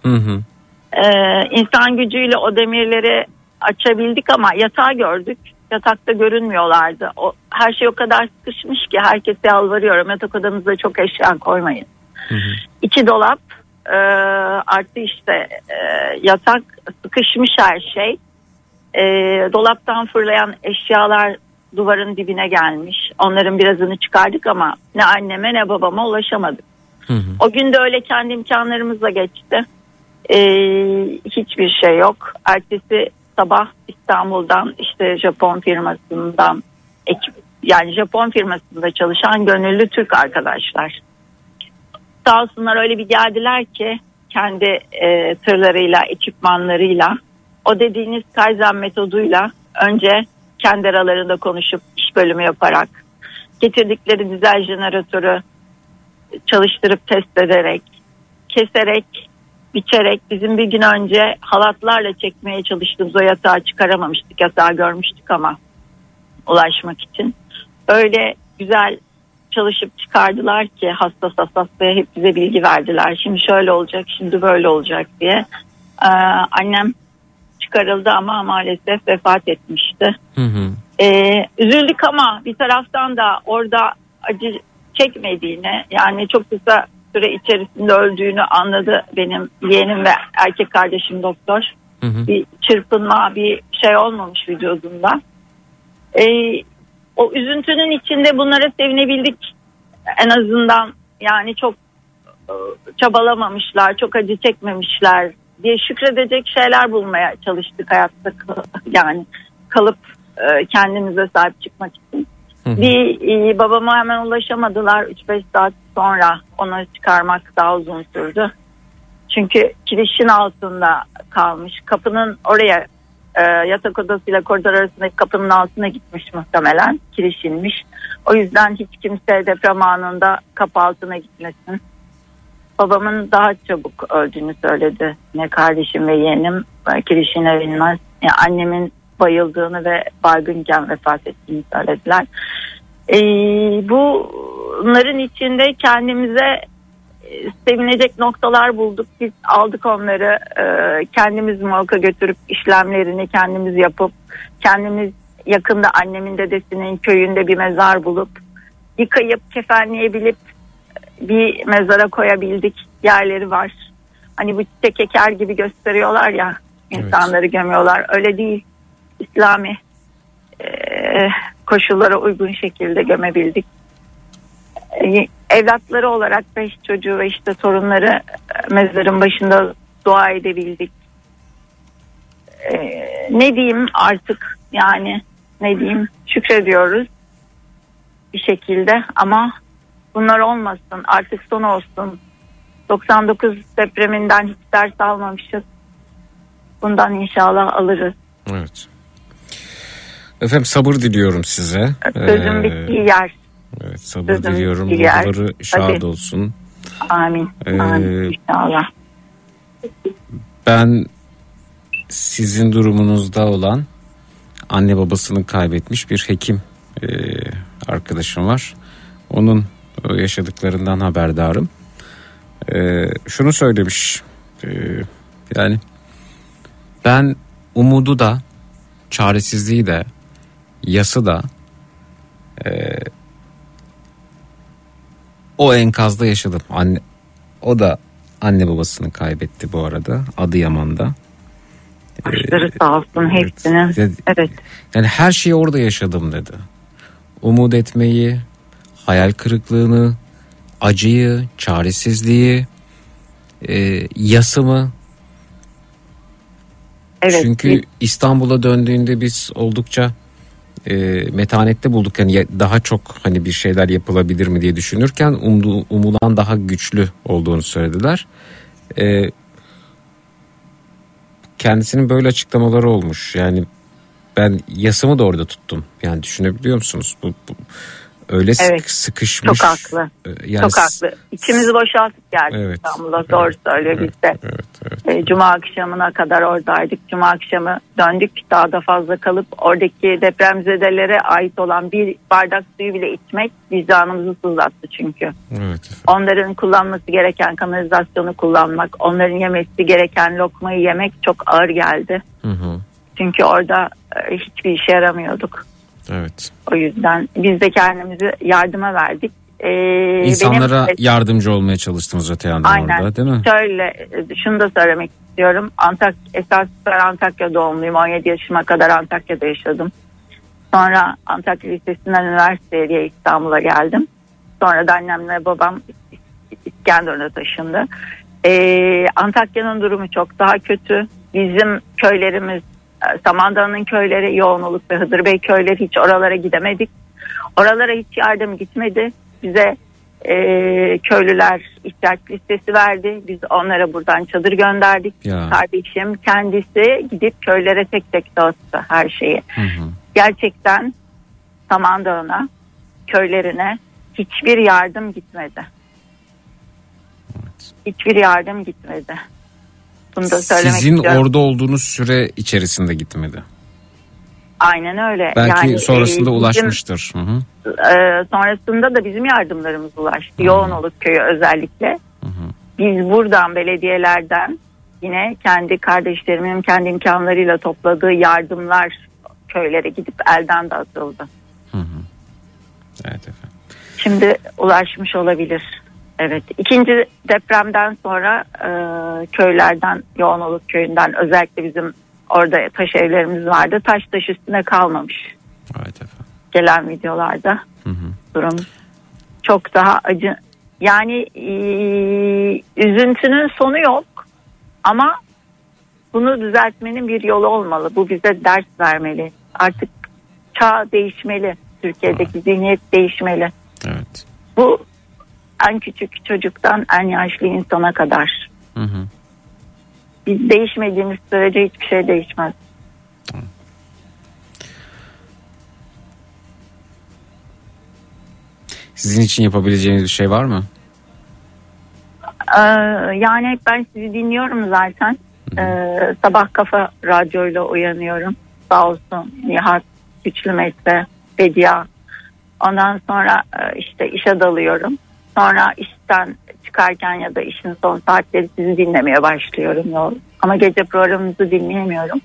İnsan gücüyle o demirleri açabildik ama yatağı gördük. Yatakta görünmüyorlardı. Her şey o kadar sıkışmış ki herkese yalvarıyorum. Yatak odamıza çok eşya koymayın. 2 dolap artı işte yatak sıkışmış her şey. Dolaptan fırlayan eşyalar duvarın dibine gelmiş. Onların birazını çıkardık ama ne anneme ne babama ulaşamadık. O gün de öyle kendi imkanlarımızla geçti. Hiçbir şey yok. Ertesi sabah İstanbul'dan işte Japon firmasından ekip, yani Japon firmasında çalışan gönüllü Türk arkadaşlar. Sağ olsunlar öyle bir geldiler ki kendi tırlarıyla, ekipmanlarıyla o dediğiniz Kaizen metoduyla önce kendi aralarında konuşup iş bölümü yaparak getirdikleri dizel jeneratörü çalıştırıp test ederek, keserek, biçerek bizim bir gün önce halatlarla çekmeye çalıştığımız o yatağı çıkaramamıştık. Yatağı görmüştük ama ulaşmak için. Öyle güzel çalışıp çıkardılar ki hassas hep bize bilgi verdiler. Şimdi şöyle olacak, şimdi böyle olacak diye. Annem çıkarıldı ama maalesef vefat etmişti. Üzüldük ama bir taraftan da orada acı çekmediğini, yani çok kısa süre içerisinde öldüğünü anladı benim yeğenim ve erkek kardeşim doktor. Bir çırpınma, bir şey olmamış vücudunda. O üzüntünün içinde bunlara sevinebildik en azından, yani çok çabalamamışlar, çok acı çekmemişler diye şükredecek şeyler bulmaya çalıştık hayatta, yani kalıp kendimize sahip çıkmak için. Bir babama hemen ulaşamadılar. 3-5 saat sonra onu çıkarmak daha uzun sürdü. Çünkü kirişin altında kalmış. Kapının oraya yatak odasıyla koridor arasındaki kapının altına gitmiş muhtemelen. Kiriş inmiş. O yüzden hiç kimse deprem anında kapı altına gitmesin. babamın daha çabuk öldüğünü söyledi. Ne kardeşim ve yeğenim kirişine binmez. Yani annemin bayıldığını ve baygınken vefat ettiğini söylediler. Bunların içinde kendimize sevinecek noktalar bulduk. Biz aldık onları, kendimiz morga götürüp işlemlerini kendimiz yapıp, kendimiz yakında annemin dedesinin köyünde bir mezar bulup yıkayıp kefenleyebilip bir mezara koyabildik. Yerleri var. Hani bu çiçek eker gibi gösteriyorlar ya, insanları gömüyorlar. Öyle değil. İslami koşullara uygun şekilde gömebildik. Evlatları olarak 5 çocuğu ve işte torunları mezarın başında dua edebildik. Ne diyeyim artık, yani ne diyeyim, şükrediyoruz bir şekilde ama bunlar olmasın, artık son olsun. 99 depreminden hiç ders almamışız. Bundan inşallah alırız.
Evet. Efendim sabır diliyorum size.
Sözün bittiği yer.
Evet, sabır diliyorum. Ruhları şad olsun.
Amin. Amin. İnşallah.
Ben sizin durumunuzda olan anne babasını kaybetmiş bir hekim arkadaşım var. Onun yaşadıklarından haberdarım. Şunu söylemiş. Yani ben umudu da, çaresizliği de, yası da o enkazda yaşadım. O da anne babasını kaybetti bu arada, Adıyaman'da.
Başları sağ olsun hepsinin. Evet.
Yani her şeyi orada yaşadım dedi. Umut etmeyi, hayal kırıklığını, acıyı, çaresizliği, yasımı.
Evet.
Çünkü İstanbul'a döndüğünde biz oldukça metanette bulduk. Yani daha çok hani bir şeyler yapılabilir mi diye düşünürken umulan daha güçlü olduğunu söylediler. Kendisinin böyle açıklamaları olmuş. Yani ben yasımı da orada tuttum. Yani düşünebiliyor musunuz? Bu öyle sıkışmış.
Çok haklı.
Yani
çok haklı. İçimizi boşalttık geldik İstanbul'a. Doğru söylüyor biz de. Cuma akşamına kadar oradaydık. Cuma akşamı döndük. Daha da fazla kalıp oradaki depremzedelere ait olan bir bardak suyu bile içmek vicdanımızı sızlattı çünkü.
Evet.
Onların kullanması gereken kanalizasyonu kullanmak, onların yemesi gereken lokmayı yemek çok ağır geldi.
Hı.
Çünkü orada hiçbir işe yaramıyorduk.
Evet.
O yüzden biz de kendimizi yardıma verdik.
İnsanlara yardımcı olmaya çalıştınız öte yandan orada, değil mi?
Şöyle, şunu da söylemek istiyorum. Esas ben Antakya doğumluyum. 17 yaşıma kadar Antakya'da yaşadım. Sonra Antakya Lisesi'nden üniversiteye İstanbul'a geldim. Sonra da annemle babam İskenderun'a taşındı. Antakya'nın durumu çok daha kötü. Bizim köylerimiz, Samandağ'ın köyleri, Yoğunoluk ve Hıdırbey köyleri, hiç oralara gidemedik. Oralara hiç yardım gitmedi. Bize köylüler ihtiyaç listesi verdi. Biz onlara buradan çadır gönderdik.
Ya.
Kardeşim kendisi gidip köylere tek tek dağıttı her şeyi.
Hı.
Gerçekten Samandağ'ına, köylerine hiçbir yardım gitmedi.
Evet.
Hiçbir yardım gitmedi. Bunu da söylemek
Sizin
istiyorum.
orada olduğunuz süre içerisinde gitmedi.
Aynen öyle.
Belki
yani,
sonrasında ulaşmıştır. Hı.
Sonrasında da bizim yardımlarımız ulaştı. Yoğunoluk köyü özellikle.
Hı.
Biz buradan, belediyelerden yine kendi kardeşlerimin kendi imkanlarıyla topladığı yardımlar köylere gidip elden dağıtıldı.
Hı. Evet efendim.
Şimdi ulaşmış olabilir. Evet. İkinci depremden sonra köylerden, Yoğunoluk köyünden, özellikle bizim orada taş evlerimiz vardı. Taş üstüne kalmamış.
Evet efendim.
Gelen videolarda
Hı.
durum çok daha acı. Yani üzüntünün sonu yok ama bunu düzeltmenin bir yolu olmalı. Bu bize ders vermeli. Artık çağ değişmeli. Türkiye'deki zihniyet değişmeli.
Evet.
Bu en küçük çocuktan en yaşlı insana kadar.
Hı.
Biz değişmediğimiz sürece hiçbir şey değişmez.
Sizin için yapabileceğiniz bir şey var mı?
Yani hep ben sizi dinliyorum zaten. Sabah Kafa Radyo'yla uyanıyorum. Sağ olsun Nihat, Güçlü Mete, Bedia. Ondan sonra işte işe dalıyorum. Sonra işten çıkarken ya da işin son saatleri sizi dinlemeye başlıyorum. Ama gece programınızı dinleyemiyorum.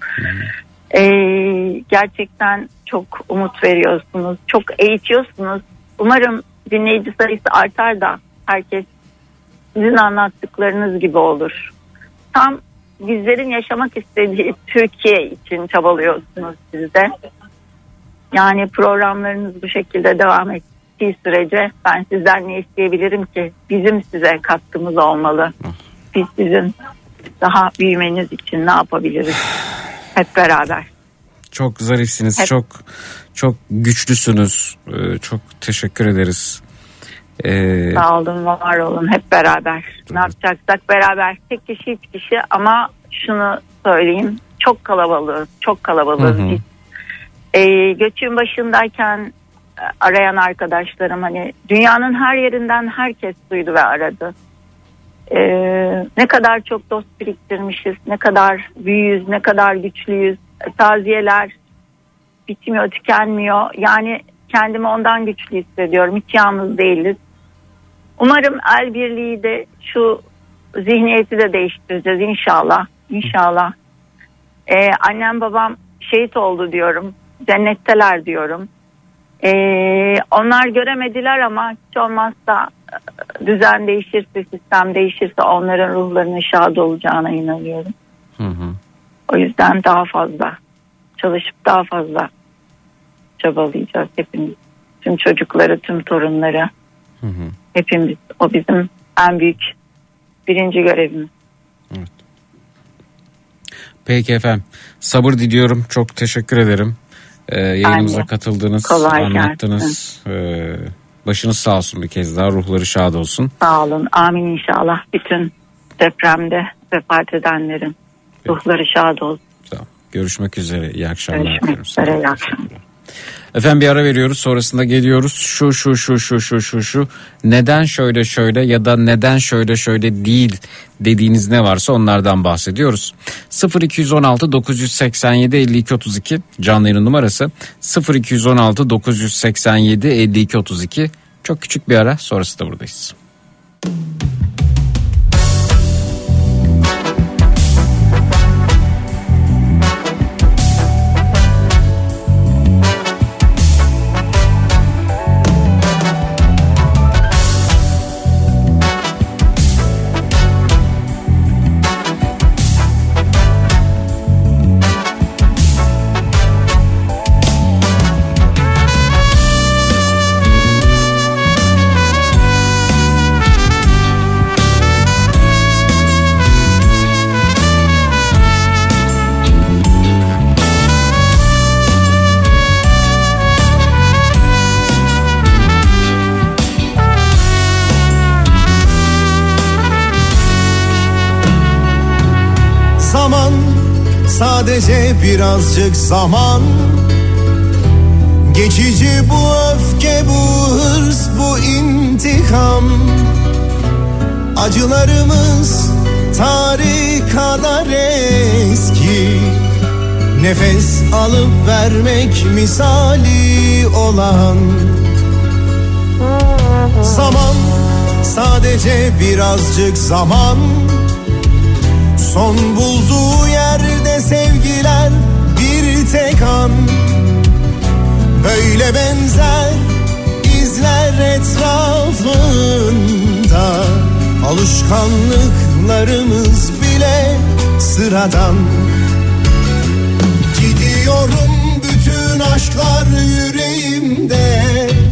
Gerçekten çok umut veriyorsunuz. Çok eğitiyorsunuz. Umarım dinleyici sayısı artar da herkes sizin anlattıklarınız gibi olur. Tam bizlerin yaşamak istediği Türkiye için çabalıyorsunuz siz de. Yani programlarınız bu şekilde devam ettiği sürece ben sizden ne isteyebilirim ki? Bizim size katkımız olmalı. Biz sizin daha büyümeniz için ne yapabiliriz? Hep beraber.
Çok zarifsiniz. Çok güçlüsünüz. Çok teşekkür ederiz.
Sağ olun, var olun. Hep beraber. Ne yapacaksak beraber. Tek kişi, hiç kişi, ama şunu söyleyeyim. Çok kalabalığız biz. Göçün başındayken arayan arkadaşlarım, hani dünyanın her yerinden herkes duydu ve aradı. Ne kadar çok dost biriktirmişiz, ne kadar büyüğüz, ne kadar güçlüyüz. Taziyeler bitmiyor, tükenmiyor. Yani kendimi ondan güçlü hissediyorum. Hiç yalnız değiliz. Umarım el birliği de şu zihniyeti de değiştireceğiz inşallah. İnşallah. Annem babam şehit oldu diyorum. Cennetteler diyorum. Onlar göremediler ama hiç olmazsa düzen değişirse, sistem değişirse onların ruhlarının şad olacağına inanıyorum. O yüzden daha fazla çalışıp daha fazla çabalayacağız hepimiz. Tüm çocukları, tüm torunları. Hepimiz. O bizim en büyük birinci görevimiz.
Evet. Peki efendim. Sabır diliyorum. Çok teşekkür ederim. Yayınımıza katıldınız.
Kolay
anlattınız. Başınız sağ olsun bir kez daha. Ruhları şad olsun.
Sağ olun. Amin inşallah. Bütün depremde vefat edenlerin ruhları şad olsun.
Tamam. Görüşmek üzere. İyi akşamlar.
Görüşmek üzere. İyi akşamlar.
Efendim bir ara veriyoruz, sonrasında geliyoruz. Şu neden şöyle ya da neden şöyle değil dediğiniz ne varsa onlardan bahsediyoruz. 0216 987 52 32 canlı yayın numarası 0216 987 52 32. Çok küçük bir ara, sonrası da buradayız.
Sadece birazcık zaman, geçici bu öfke, bu hırs, bu intikam. Acılarımız tarih kadar eski, nefes alıp vermek misali olan. Zaman, sadece birazcık zaman, son bulduğu yerde sevgiler bir tek an. Böyle benzer izler etrafında, alışkanlıklarımız bile sıradan. Gidiyorum bütün aşklar yüreğimde,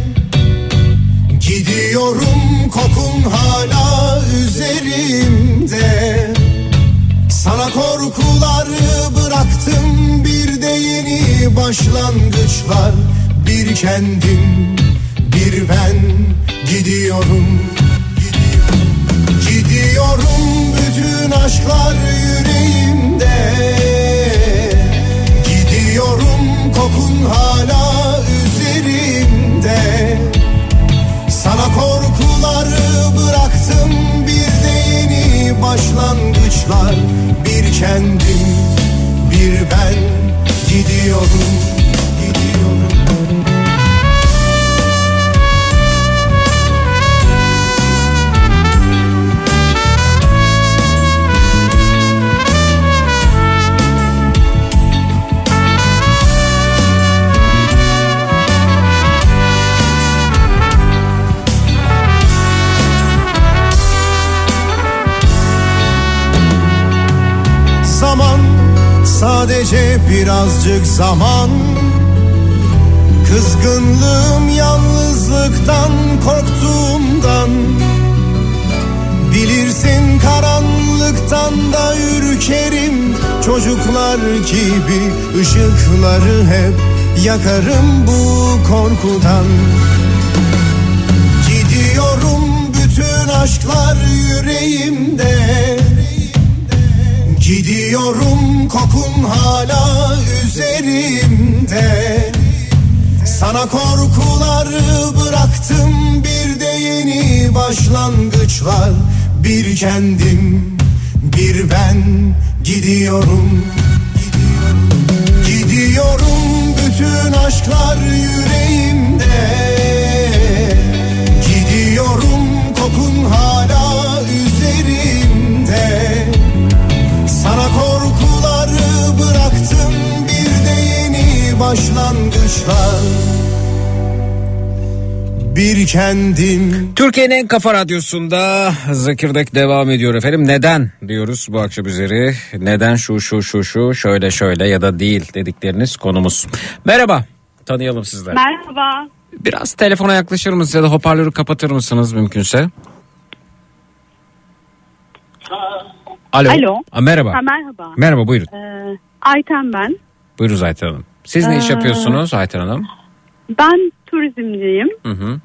gidiyorum kokun hala üzerimde. Sana korkuları bıraktım, bir de yeni başlangıçlar. Bir kendim, bir ben gidiyorum. Gidiyorum bütün aşklar yüreğimde, gidiyorum kokun hala üzerimde. Sana korkuları bıraktım, bir de yeni sadece birazcık zaman. Kızgınlığım yalnızlıktan korktuğumdan. Bilirsin karanlıktan da ürkerim. Çocuklar gibi ışıkları hep yakarım bu korkudan. Gidiyorum bütün aşklar yüreğimde. Gidiyorum kokun hala üzerimde. Sana korkuları bıraktım, bir de yeni başlangıçlar. Bir kendim, bir ben gidiyorum. Gidiyorum bütün aşklar yüreğimde. Gidiyorum kokun hala üzerimde. Sana korkuları bıraktım, bir de yeni başlangıçlar. Bir kendim.
Türkiye'nin en kafa radyosunda Zekirdek devam ediyor efendim. Neden diyoruz bu akşam üzeri. Neden şu şöyle ya da değil dedikleriniz konumuz. Merhaba, tanıyalım sizler.
Merhaba.
Biraz telefona yaklaşır mısınız ya da hoparlörü kapatır mısınız mümkünse? Alo. Merhaba.
Merhaba.
Merhaba, buyurun.
Ayten ben.
Buyurun Ayten Hanım. Siz ne iş yapıyorsunuz Ayten Hanım?
Ben turizmciyim.
Hı.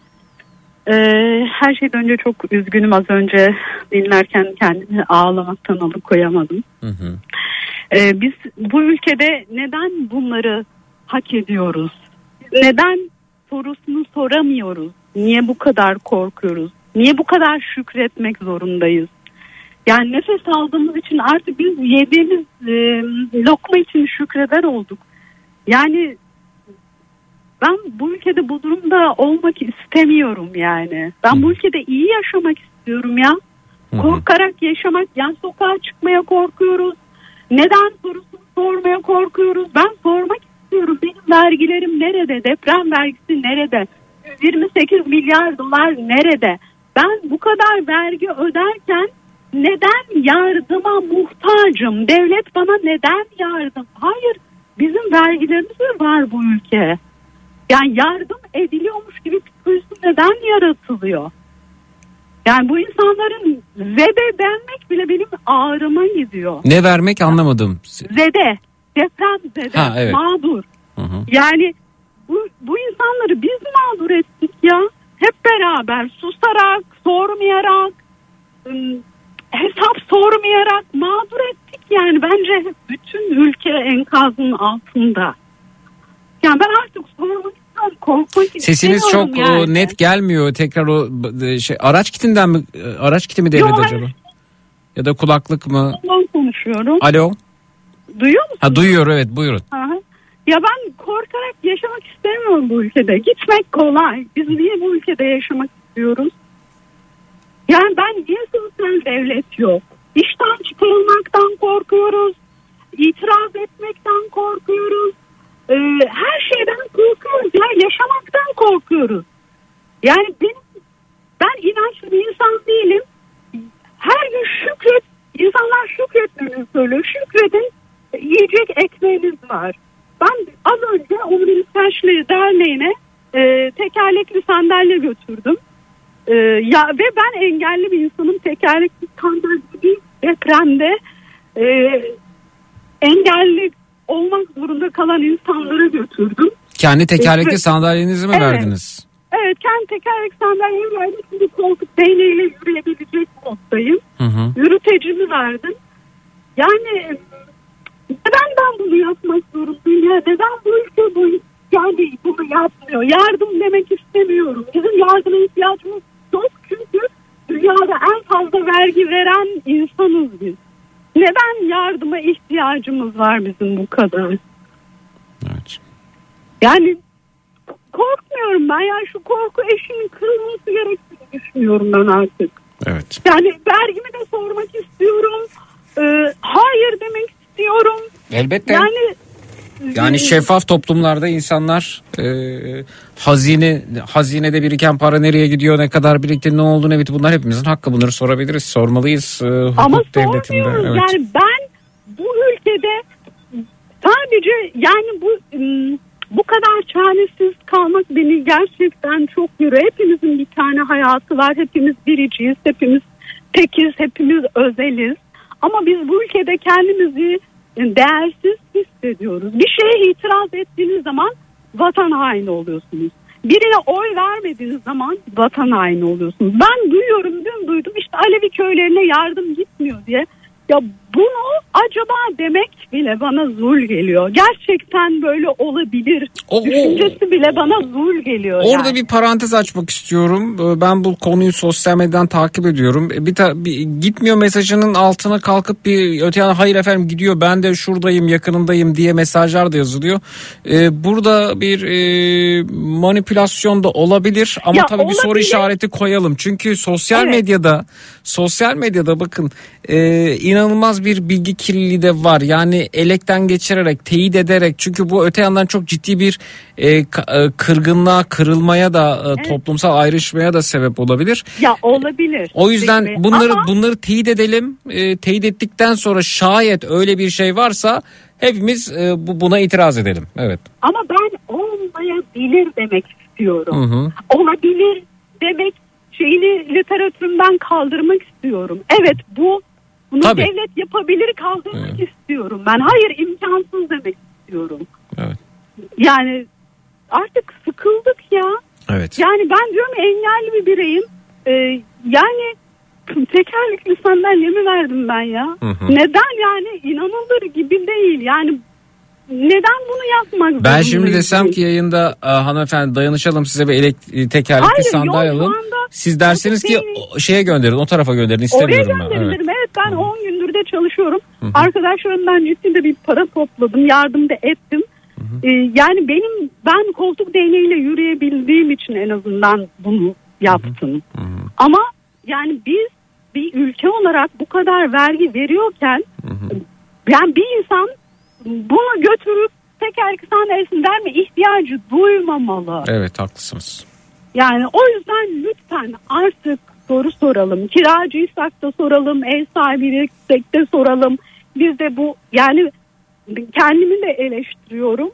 Her şeyden önce çok üzgünüm, az önce dinlerken kendimi ağlamaktan alıkoyamadım.
Hı.
Biz bu ülkede neden bunları hak ediyoruz? Neden sorusunu soramıyoruz? Niye bu kadar korkuyoruz? Niye bu kadar şükretmek zorundayız? Yani nefes aldığımız için artık biz yediğimiz lokma için şükreder olduk. Yani ben bu ülkede bu durumda olmak istemiyorum yani. Ben bu ülkede iyi yaşamak istiyorum ya. Korkarak yaşamak, yani sokağa çıkmaya korkuyoruz. Neden sorusunu sormaya korkuyoruz. Ben sormak istiyorum. Benim vergilerim nerede? Deprem vergisi nerede? 128 milyar dolar nerede? Ben bu kadar vergi öderken neden yardıma muhtacım? Devlet bana neden yardım? Hayır, bizim vergilerimiz var bu ülke. Yani yardım ediliyormuş gibi psikolojisi neden yaratılıyor? Yani bu insanların zede denmek bile benim ağrıma gidiyor.
Ne vermek anlamadım.
Zede, deprem zede,
evet.
mağdur.
Hı.
Yani bu insanları biz mağdur ettik ya. Hep beraber susarak, sormayarak, hesap sormayarak mağdur ettik yani. Bence bütün ülke enkazın altında. Yani ben artık sormak istiyorum, korkmak istemiyorum.
Sesiniz çok
yani.
net gelmiyor. Tekrar o araç kitinden mi? Araç kiti mi devrede acaba? Ya da kulaklık mı?
Ben konuşuyorum.
Alo.
Duyuyor musun?
Ha, duyuyor, evet, buyurun.
Aha. Ya ben korkarak yaşamak istemiyorum bu ülkede. Gitmek kolay. Biz niye bu ülkede yaşamak istiyoruz? Yani ben niye sosyal devlet yok? İşten çıkarılmaktan korkuyoruz. İtiraz etmekten korkuyoruz. Her şeyden korkuyoruz. Yani yaşamaktan korkuyoruz. Yani ben inançlı bir insan değilim. Her gün şükret. İnsanlar şükretmeni söylüyor. Şükredin, yiyecek ekmeğiniz var. Ben az önce Umrul Saçlı Derneği'ne tekerlekli sandalye götürdüm. Ve ben engelli bir insanım. Tekerlekli sandalye bir depremde engelli olmak zorunda kalan insanlara götürdüm.
Kendi tekerlekli sandalyenizi mi verdiniz?
Evet, kendi tekerlekli sandalyemi verdim. Şimdi koltuk değneğiyle yürüyebilecek moddayım. Yürütecimi verdim. Yani neden ben bunu yapmak zorundayım ya? Neden bu ülke yani bunu yapmıyor? Yardım demek istemiyorum. Bizim yardıma ihtiyacımız yok, çünkü dünyada en fazla vergi veren insanız biz. Neden yardıma ihtiyacımız var bizim bu kadar?
Evet.
Yani korkmuyorum ben. Yani şu korku eşiğinin kırılması gerektiğini düşünüyorum ben artık.
Evet.
Yani vergimi de sormak istiyorum. Hayır demek istiyorum.
Elbette. Yani şeffaf toplumlarda insanlar hazinede biriken para nereye gidiyor, ne kadar birikti, ne oldu, ne bitti, bunlar hepimizin hakkı. Bunları sorabiliriz, sormalıyız.
Ama
hukuk devletinde.
sormuyoruz.
Evet.
Yani ben bu ülkede Sadece yani bu kadar çaresiz kalmak beni gerçekten çok yoruyor. Hepimizin bir tane hayatı var. Hepimiz biriciyiz, hepimiz tekiz, hepimiz özeliz. Ama biz bu ülkede kendimizi değersiz hissediyoruz. Bir şeye itiraz ettiğiniz zaman vatan haini oluyorsunuz. Birine oy vermediğiniz zaman vatan haini oluyorsunuz. Ben dün duydum işte Alevi köylerine yardım gitmiyor diye. Ya bunu acaba demek bile bana zul geliyor. Gerçekten böyle olabilir. Düşüncesi bile bana zul geliyor.
Orada bir parantez açmak istiyorum. Ben bu konuyu sosyal medyadan takip ediyorum. Bir gitmiyor mesajının altına kalkıp bir öte yana hayır efendim gidiyor ben de şuradayım yakınındayım diye mesajlar da yazılıyor. Burada bir manipülasyon da olabilir ama tabii olabilir. Bir soru işareti koyalım. Çünkü sosyal medyada bakın inanılmaz bir bilgi kirliliği de var. Yani elekten geçirerek, teyit ederek çünkü bu öte yandan çok ciddi bir kırgınlığa, kırılmaya da toplumsal ayrışmaya da sebep olabilir.
Ya olabilir.
O yüzden bunları teyit edelim. Teyit ettikten sonra şayet öyle bir şey varsa hepimiz buna itiraz edelim. Evet.
Ama ben olmayabilir demek istiyorum. Hı. Olabilir demek şeyini literatürümden kaldırmak istiyorum. Evet bunu tabii. Devlet yapabilir kaldırmak istiyorum. Ben hayır imkansız demek istiyorum. Evet. Yani artık sıkıldık ya. Evet. Yani ben diyorum engelli bir bireyim. Yani tekerlekli sandalye mi verdim ben ya? Hı. Neden yani inanılır gibi değil. Yani neden bunu yapmak?
Ben şimdi desem ki yayında hanımefendi dayanışalım size bir tekerlekli sandalye alın. Siz derseniz ki şeye gönderin, o tarafa gönderin istemiyorum ben.
Oraya gönderirim. Evet ben 10 gündür de çalışıyorum. Hı-hı. Arkadaşlarımdan ciddi de bir para topladım, yardım da ettim. Yani ben koltuk değneğiyle yürüyebildiğim için en azından bunu yaptım. Hı-hı. Ama yani biz bir ülke olarak bu kadar vergi veriyorken yani bir insan bunu götürüp tekerlekli sandalyesini verme ihtiyacı duymamalı.
Evet haklısınız.
Yani o yüzden lütfen artık soru soralım. Kiracıysak da soralım, ev sahibiysek de soralım. Biz de bu yani kendimi de eleştiriyorum.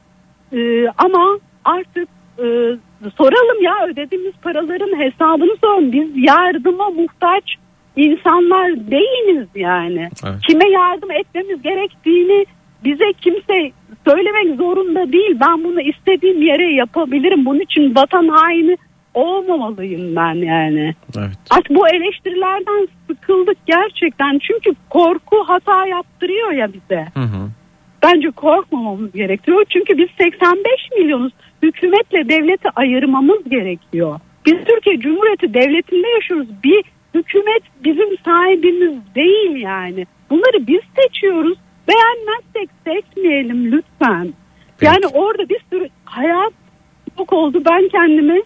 Ama artık soralım ya ödediğimiz paraların hesabını soralım. Biz yardıma muhtaç insanlar değiliz yani. Evet. Kime yardım etmemiz gerektiğini bize kimse söylemek zorunda değil. Ben bunu istediğim yere yapabilirim. Bunun için vatan haini olmamalıyım ben yani. Evet. Artık bu eleştirilerden sıkıldık gerçekten. Çünkü korku hata yaptırıyor ya bize. Hı. Bence korkmamamız gerekiyor. Çünkü biz 85 milyonuz. Hükümetle devleti ayırmamız gerekiyor. Biz Türkiye Cumhuriyeti Devleti'nde yaşıyoruz. Bir hükümet bizim sahibimiz değil yani. Bunları biz seçiyoruz. Beğenmezsek seçmeyelim lütfen. Peki. Yani orada bir sürü hayat yok oldu. Ben kendimi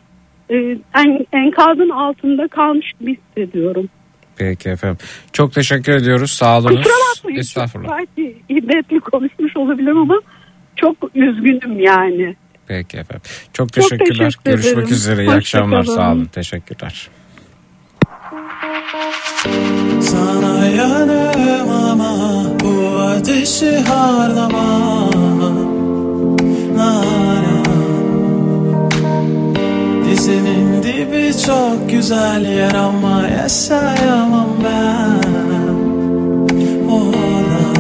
enkazın altında kalmış gibi hissediyorum.
Peki efendim. Çok teşekkür ediyoruz. Sağ olun.
Kusura bakmayın. Estağfurullah. Belki iddetli konuşmuş olabilirim ama çok üzgünüm yani.
Peki efendim. Çok teşekkürler. Görüşmek üzere. İyi akşamlar. Sağ olun. Teşekkürler.
Sana yanım ama bu ateşi harlama. Dizimin dibi çok güzel yer ama yaşayamam ben orada.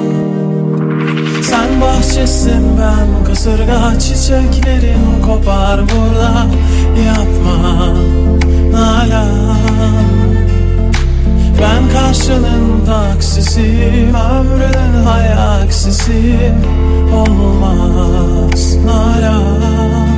Sen bahçesin ben kasırga, çiçeklerin kopar burada. Yapma Nalan, ben karşının taksisiyim, ömrünün hayaksisi olmaz Nalan.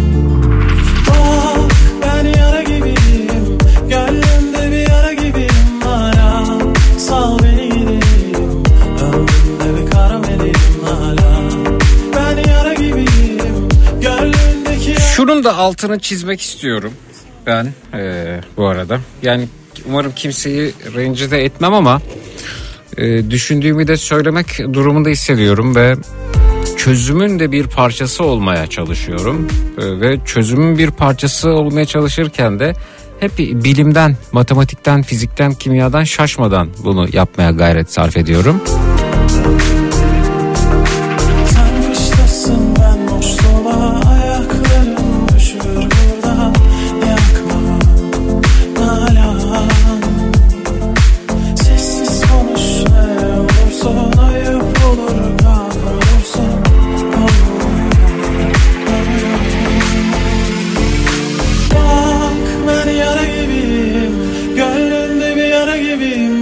Bak ben yara gibiyim, gönlümde bir yara gibiyim Nalan. Sal beni gideyim, ömrümde bir kara meleğim Nalan. Ben yara gibiyim, gönlümdeki yara...
Şunun da altını çizmek istiyorum ben bu arada. Yani umarım kimseyi rencide etmem ama düşündüğümü de söylemek durumunda hissediyorum ve çözümün de bir parçası olmaya çalışıyorum. Ve çözümün bir parçası olmaya çalışırken de hep bilimden, matematikten, fizikten, kimyadan şaşmadan bunu yapmaya gayret sarf ediyorum.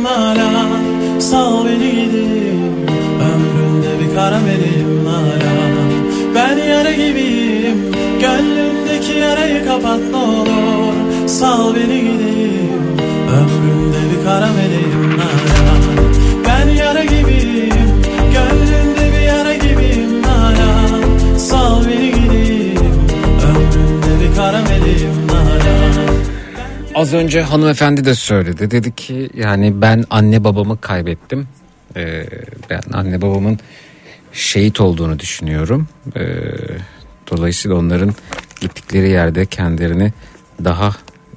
hala. Sal beni gideyim, ömründe bir kara vereyim hala. Ben yara gibiyim, gönlümdeki yarayı kapat ne olur. Sal beni gideyim, ömrümde bir kara vereyim hala. Ben yara gibiyim, gönlümde bir yara gibiyim hala. Sal beni gideyim, ömrümde bir kara vereyim hala.
Az önce hanımefendi de söyledi. Dedi ki yani ben anne babamı kaybettim. Ben anne babamın şehit olduğunu düşünüyorum. Dolayısıyla onların gittikleri yerde kendilerini daha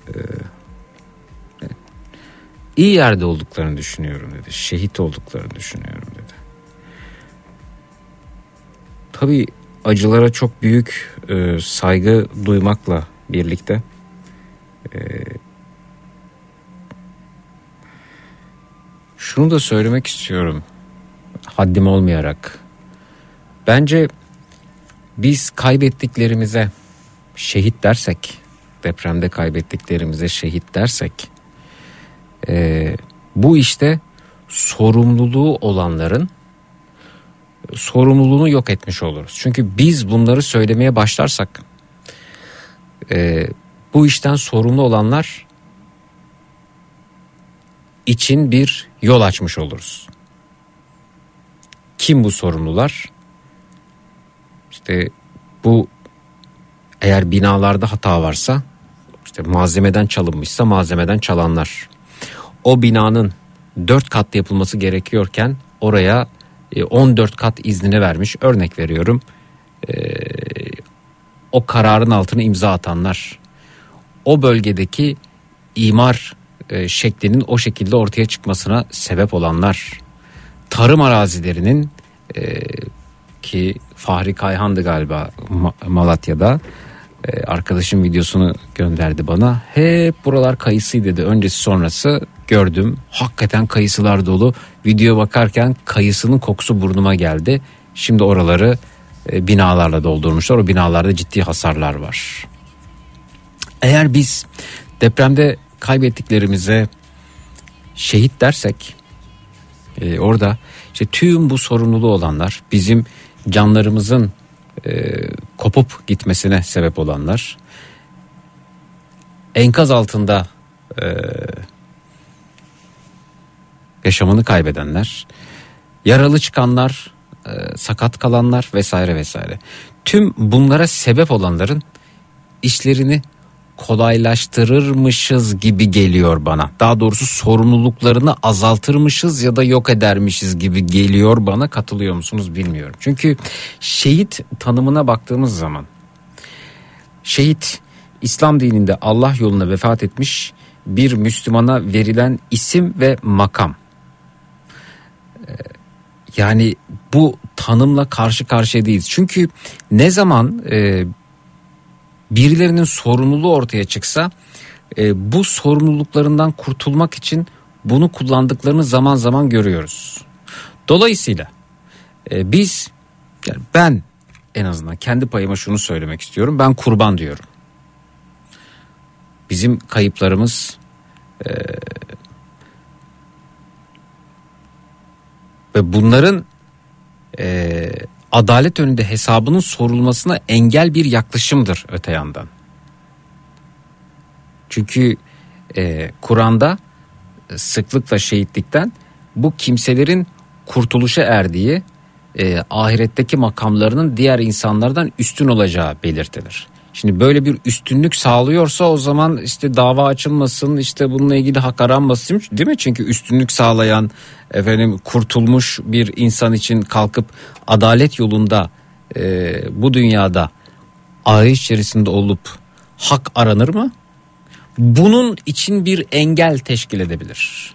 iyi yerde olduklarını düşünüyorum dedi. Şehit olduklarını düşünüyorum dedi. Tabii acılara çok büyük saygı duymakla birlikte şunu da söylemek istiyorum haddim olmayarak. Bence biz kaybettiklerimize şehit dersek, depremde kaybettiklerimize şehit dersek, bu işte sorumluluğu olanların sorumluluğunu yok etmiş oluruz. Çünkü biz bunları söylemeye başlarsak bu işten sorumlu olanlar için bir yol açmış oluruz. Kim bu sorumlular? İşte bu eğer binalarda hata varsa, işte malzemeden çalınmışsa malzemeden çalanlar. O binanın 4 katlı yapılması gerekiyorken oraya 14 kat iznini vermiş. Örnek veriyorum. O kararın altına imza atanlar. O bölgedeki imar şeklinin o şekilde ortaya çıkmasına sebep olanlar. Tarım arazilerinin ki Fahri Kayhan'dı galiba Malatya'da, arkadaşım videosunu gönderdi bana. Hep buralar kayısıydı dedi. Öncesi sonrası gördüm. Hakikaten kayısılar dolu. Video bakarken kayısının kokusu burnuma geldi. Şimdi oraları binalarla doldurmuşlar. O binalarda ciddi hasarlar var. Eğer biz depremde kaybettiklerimize şehit dersek, orada işte tüm bu sorumluluğu olanlar, bizim canlarımızın kopup gitmesine sebep olanlar, enkaz altında yaşamını kaybedenler, yaralı çıkanlar, sakat kalanlar vesaire vesaire. Tüm bunlara sebep olanların işlerini kolaylaştırırmışız gibi geliyor bana. Daha doğrusu sorumluluklarını azaltırmışız ya da yok edermişiz gibi geliyor bana. Katılıyor musunuz bilmiyorum. Çünkü şehit tanımına baktığımız zaman, şehit İslam dininde Allah yoluna vefat etmiş bir Müslümana verilen isim ve makam. Yani bu tanımla karşı karşıya değiliz. Çünkü ne zaman birilerinin sorumluluğu ortaya çıksa bu sorumluluklarından kurtulmak için bunu kullandıklarını zaman zaman görüyoruz. Dolayısıyla biz, yani ben en azından kendi payıma şunu söylemek istiyorum. Ben kurban diyorum. Bizim kayıplarımız ve bunların adalet önünde hesabının sorulmasına engel bir yaklaşımdır öte yandan. Çünkü Kur'an'da sıklıkla şehitlikten bu kimselerin kurtuluşa erdiği, ahiretteki makamlarının diğer insanlardan üstün olacağı belirtilir. Şimdi böyle bir üstünlük sağlıyorsa o zaman işte dava açılmasın, işte bununla ilgili hak aranmasın, değil mi? Çünkü üstünlük sağlayan, kurtulmuş bir insan için kalkıp adalet yolunda bu dünyada arayış içerisinde olup hak aranır mı? Bunun için bir engel teşkil edebilir.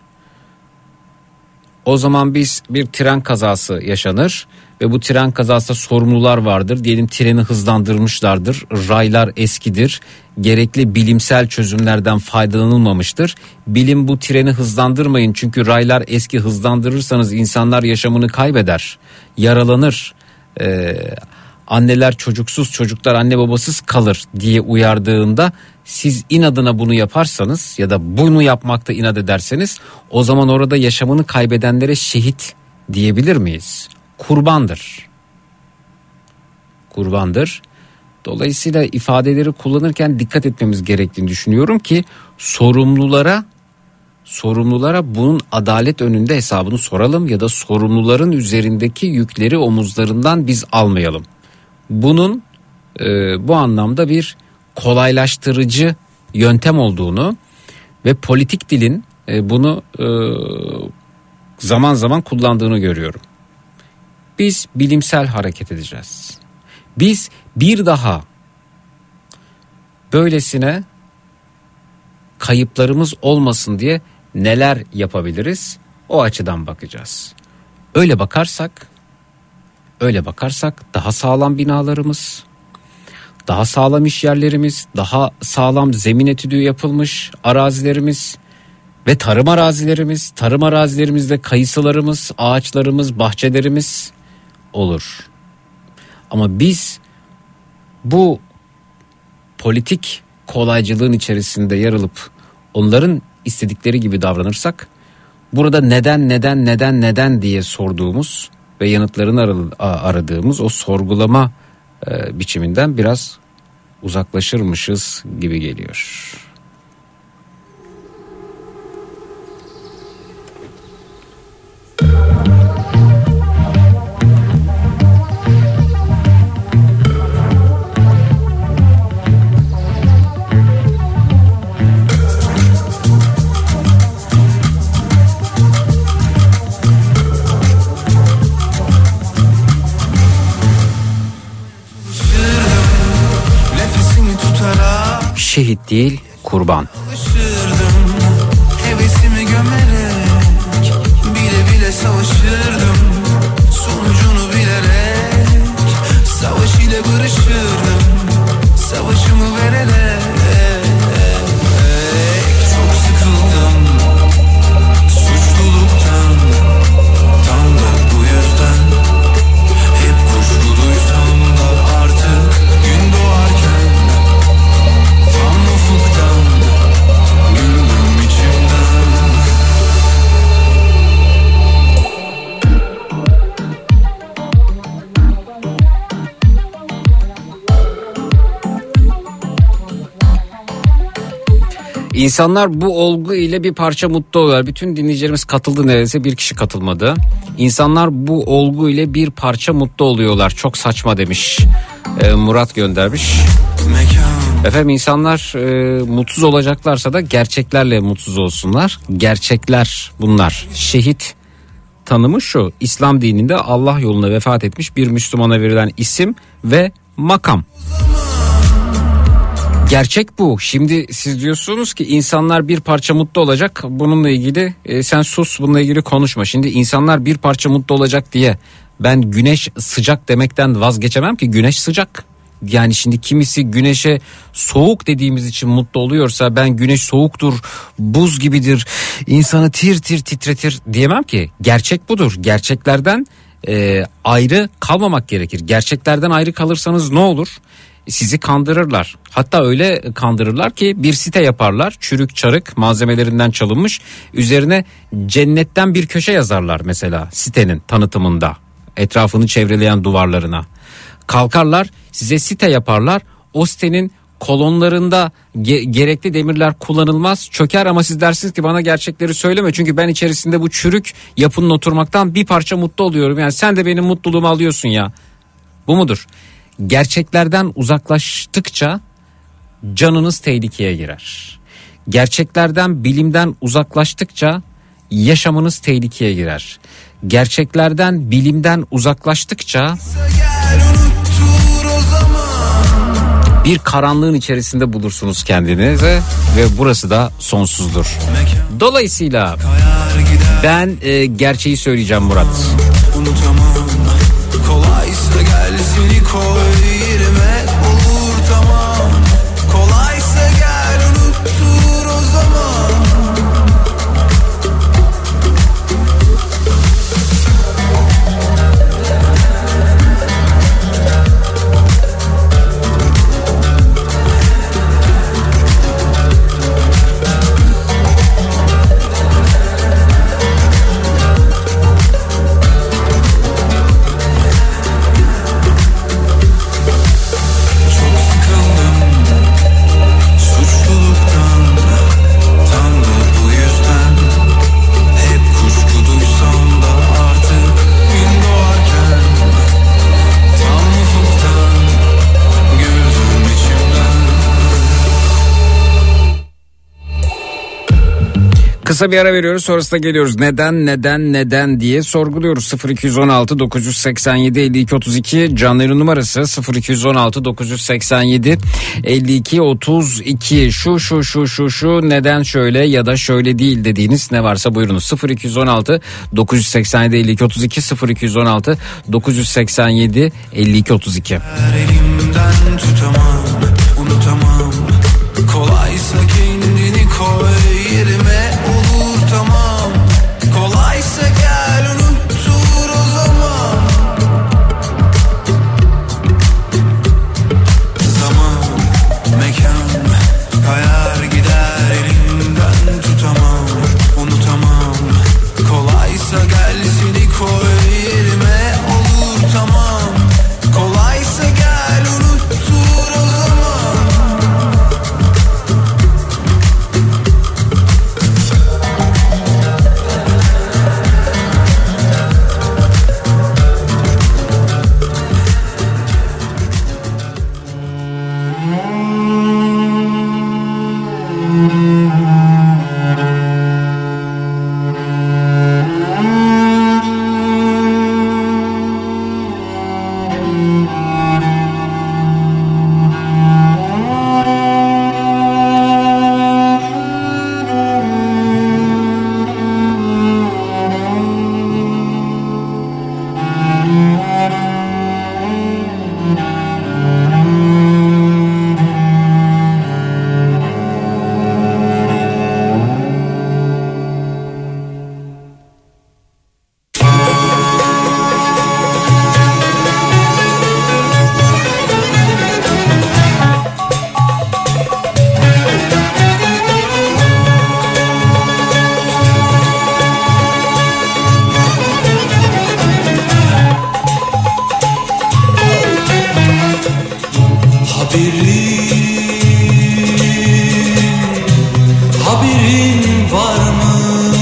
O zaman biz bir tren kazası yaşanır ve bu tren kazasında sorumlular vardır. Diyelim treni hızlandırmışlardır. Raylar eskidir. Gerekli bilimsel çözümlerden faydalanılmamıştır. Bilim bu treni hızlandırmayın çünkü raylar eski, hızlandırırsanız insanlar yaşamını kaybeder, yaralanır. Anneler çocuksuz, çocuklar anne babasız kalır diye uyardığında siz inadına bunu yaparsanız ya da bunu yapmakta inat ederseniz o zaman orada yaşamını kaybedenlere şehit diyebilir miyiz? Kurbandır. Kurbandır. Dolayısıyla ifadeleri kullanırken dikkat etmemiz gerektiğini düşünüyorum ki sorumlulara bunun adalet önünde hesabını soralım ya da sorumluların üzerindeki yükleri omuzlarından biz almayalım. Bunun bu anlamda bir kolaylaştırıcı yöntem olduğunu ve politik dilin bunu zaman zaman kullandığını görüyorum. Biz bilimsel hareket edeceğiz. Biz bir daha böylesine kayıplarımız olmasın diye neler yapabiliriz? O açıdan bakacağız. Öyle bakarsak daha sağlam binalarımız, daha sağlam iş yerlerimiz, daha sağlam zemin etüdü yapılmış arazilerimiz ve tarım arazilerimizde kayısılarımız, ağaçlarımız, bahçelerimiz olur. Ama biz bu politik kolaycılığın içerisinde yer alıp onların istedikleri gibi davranırsak burada neden diye sorduğumuz ve yanıtlarını aradığımız o sorgulama biçiminden biraz uzaklaşırmışız gibi geliyor. Şehit değil, kurban.
Hevesimi gömerek bile bile savaşırdım. Sonucunu bilerek savaş ile barışırdım. Savaşımı vererek çok sıkıldım suçluluktan. Tam da bu yüzden hep kuşkuluysam da artık gün doğarken tam ufuktan güldüm içimden.
İnsanlar bu olgu ile bir parça mutlu oluyorlar. Bütün dinleyicilerimiz katıldı neredeyse, bir kişi katılmadı. İnsanlar bu olgu ile bir parça mutlu oluyorlar. Çok saçma demiş. Murat göndermiş. Efendim insanlar mutsuz olacaklarsa da gerçeklerle mutsuz olsunlar. Gerçekler bunlar. Şehit tanımı şu: İslam dininde Allah yolunda vefat etmiş bir Müslümana verilen isim ve makam. Gerçek bu. Şimdi siz diyorsunuz ki insanlar bir parça mutlu olacak. Bununla ilgili sen sus, bununla ilgili konuşma. Şimdi insanlar bir parça mutlu olacak diye ben güneş sıcak demekten vazgeçemem ki. Güneş sıcak. Yani şimdi kimisi güneşe soğuk dediğimiz için mutlu oluyorsa ben güneş soğuktur, buz gibidir, insanı tir tir titretir diyemem ki. Gerçek budur. Gerçeklerden ayrı kalmamak gerekir. Gerçeklerden ayrı kalırsanız ne olur? Sizi kandırırlar. Hatta öyle kandırırlar ki bir site yaparlar. Çürük çarık malzemelerinden çalınmış. Üzerine cennetten bir köşe yazarlar mesela sitenin tanıtımında. Etrafını çevreleyen duvarlarına. Kalkarlar size site yaparlar. O sitenin kolonlarında gerekli demirler kullanılmaz, çöker ama siz dersiniz ki bana gerçekleri söyleme. Çünkü ben içerisinde bu çürük yapının oturmaktan bir parça mutlu oluyorum. Yani sen de benim mutluluğumu alıyorsun ya. Bu mudur? Gerçeklerden uzaklaştıkça canınız tehlikeye girer. Gerçeklerden, bilimden uzaklaştıkça yaşamınız tehlikeye girer. Gerçeklerden, bilimden uzaklaştıkça bir karanlığın içerisinde bulursunuz kendinizi ve burası da sonsuzdur. Dolayısıyla ben gerçeği söyleyeceğim Murat.
Unutamam, kolaysa gel seni koy yerime, olur tamam. Kolaysa gel unuttur o zaman.
Kısa bir ara veriyoruz, sonrasında geliyoruz. Neden diye sorguluyoruz. 0216 987 52 32 canlı yayın numarası 0216 987 52 32. Şu neden şöyle ya da şöyle değil dediğiniz ne varsa buyurunuz. 0216 987 52 32 0216 987 52 32.
Elimden tutamam, unutamam. Kolaysa kendini koy yerime, olur tamam. Kolaysa gel unuttur o zaman. Zaman, mekan kayar gider, elimden tutamam, unutamam. Kolaysa gel seni koy yerime, olur tamam. Kolaysa gel unuttur o zaman. Haberin var mı?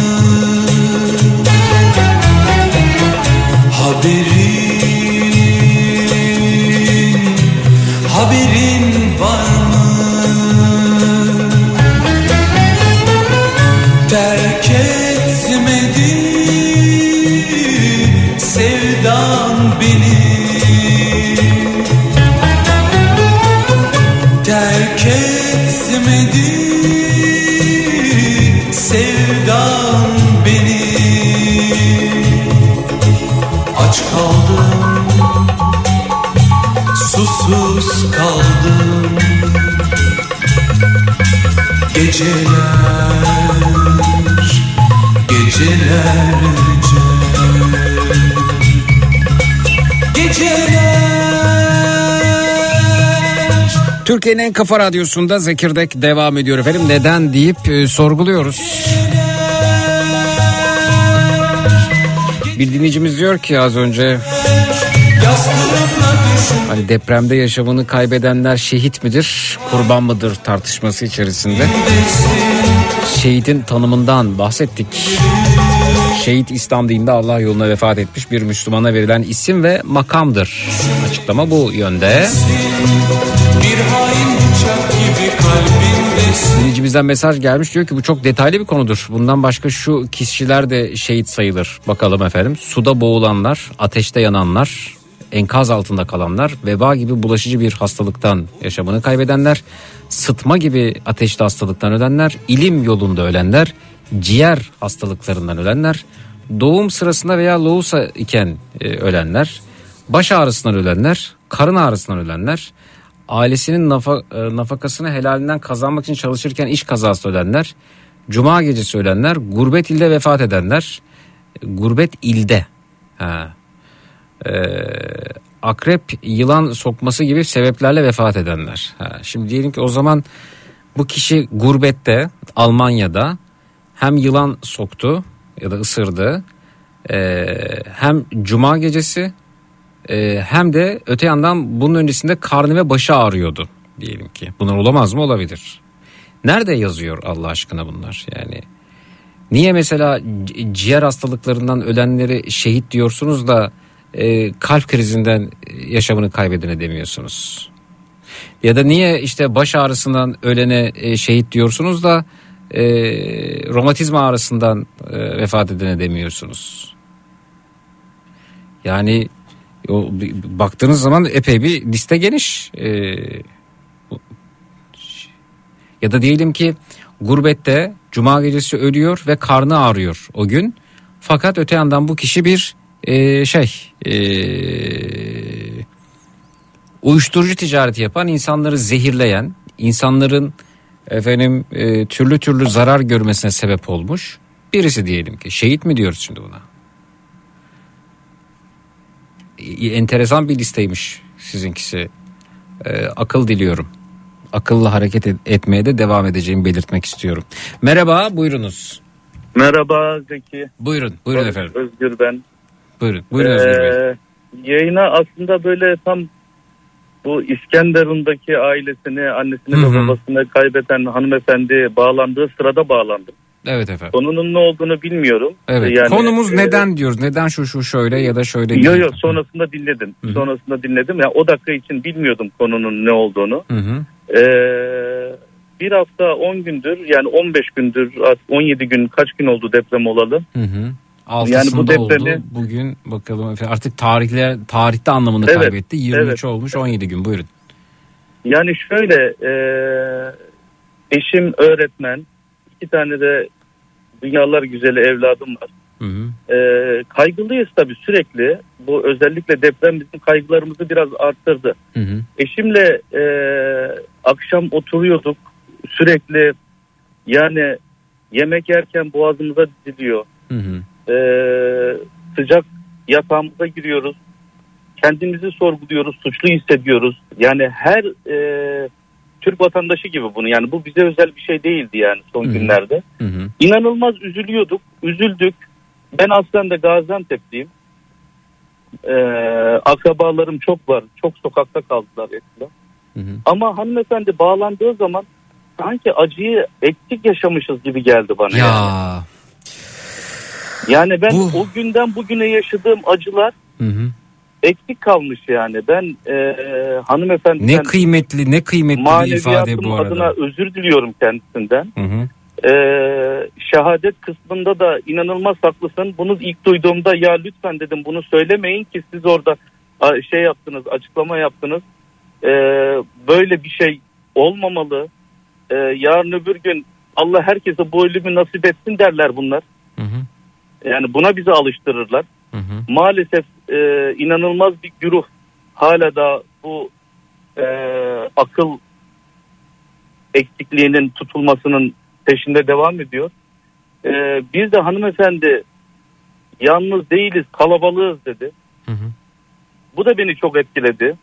Haberin var mı? Terk etmedi sevdan beni. Terk etmedi sevdan beni. Aç kaldım, susuz kaldım. Gecelerce
Türkiye'nin en kafa radyosunda Zekirdek devam ediyor efendim. Neden deyip sorguluyoruz. Bir dinleyicimiz diyor ki az önce, hani depremde yaşamını kaybedenler şehit midir, kurban mıdır tartışması içerisinde şehidin tanımından bahsettik. Şehit İslam dininde Allah yoluna vefat etmiş bir Müslümana verilen isim ve makamdır. Açıklama bu yönde. Dinleyicimizden mesaj gelmiş, diyor ki bu çok detaylı bir konudur. Bundan başka şu kişiler de şehit sayılır. Bakalım efendim. Suda boğulanlar, ateşte yananlar, enkaz altında kalanlar, veba gibi bulaşıcı bir hastalıktan yaşamını kaybedenler, sıtma gibi ateşli hastalıktan ölenler, ilim yolunda ölenler, ciğer hastalıklarından ölenler, doğum sırasında veya lohusa iken ölenler, baş ağrısından ölenler, karın ağrısından ölenler, ailesinin nafakasını helalinden kazanmak için çalışırken iş kazası ölenler, cuma gecesi ölenler, gurbet ilde vefat edenler, gurbet ilde, akrep yılan sokması gibi sebeplerle vefat edenler. Şimdi diyelim ki o zaman bu kişi gurbette, Almanya'da hem yılan soktu ya da ısırdı, hem cuma gecesi, hem de öte yandan bunun öncesinde karnı ve başı ağrıyordu diyelim ki. Bunlar olamaz mı? Olabilir. Nerede yazıyor Allah aşkına bunlar? Yani niye mesela ciğer hastalıklarından ölenleri şehit diyorsunuz da kalp krizinden yaşamını kaybedene demiyorsunuz? Ya da niye işte baş ağrısından ölene şehit diyorsunuz da romatizma ağrısından vefat edene demiyorsunuz. Yani baktığınız zaman epey bir liste geniş. Ya da diyelim ki gurbette cuma gecesi ölüyor ve karnı ağrıyor o gün. Fakat öte yandan bu kişi bir uyuşturucu ticareti yapan, insanları zehirleyen, insanların türlü türlü zarar görmesine sebep olmuş birisi diyelim ki. Şehit mi diyoruz şimdi buna? Enteresan bir listeymiş sizinkisi. Akıl diliyorum. Akılla hareket etmeye de devam edeceğimi belirtmek istiyorum. Merhaba, buyurunuz.
Merhaba Zeki.
Buyurun efendim.
Özgür ben.
Buyurun Özgür Bey.
Yayına aslında böyle tam bu İskenderun'daki ailesini, annesini ve babasını kaybeden hanımefendi bağlandığı sırada bağlandım.
Evet efendim.
Konunun ne olduğunu bilmiyorum.
Evet.
Yani,
konumuz neden diyoruz? Neden şu şöyle ya da şöyle değil?
Yok sonrasında dinledim. Hı-hı. Sonrasında dinledim. Yani o dakika için bilmiyordum konunun ne olduğunu. Bir hafta 10 gündür yani 15 gündür 17 gün kaç gün oldu deprem olalı.
Altısında yani bu depremi oldu. Bugün bakalım artık tarihte anlamını kaybetti. 23 olmuş 17 gün, buyurun. Yani şöyle
eşim öğretmen, 2 tane de dünyalar güzeli evladım var. Kaygılıyız tabii sürekli. Bu özellikle deprem bizim kaygılarımızı biraz arttırdı. Eşimle akşam oturuyorduk sürekli, yani yemek yerken boğazımıza diziliyor. Sıcak yatağımıza giriyoruz. Kendimizi sorguluyoruz, suçlu hissediyoruz. Yani her Türk vatandaşı gibi bunu. Yani bu bize özel bir şey değildi yani son günlerde. İnanılmaz üzüldük. Ben aslında Gaziantep'liyim. Akrabalarım çok var. Çok sokakta kaldılar eskiden. Ama hanımefendi bağlandığı zaman sanki acıyı eksik yaşamışız gibi geldi bana.
Ya.
Yani ben o günden bugüne yaşadığım acılar eksik kalmış yani. Ben hanımefendiden
ne kıymetli bir ifade bu arada.
Adına özür diliyorum kendisinden. Şehadet kısmında da inanılmaz haklısın. Bunu ilk duyduğumda ya lütfen dedim, bunu söylemeyin ki siz orada yaptınız, açıklama yaptınız. Böyle bir şey olmamalı. Yarın öbür gün Allah herkese bu ölümü nasip etsin derler bunlar. Yani buna bizi alıştırırlar. Maalesef inanılmaz bir güruh hala da bu akıl eksikliğinin tutulmasının peşinde devam ediyor. Biz de hanımefendi yalnız değiliz, kalabalığız dedi. Bu da beni çok etkiledi.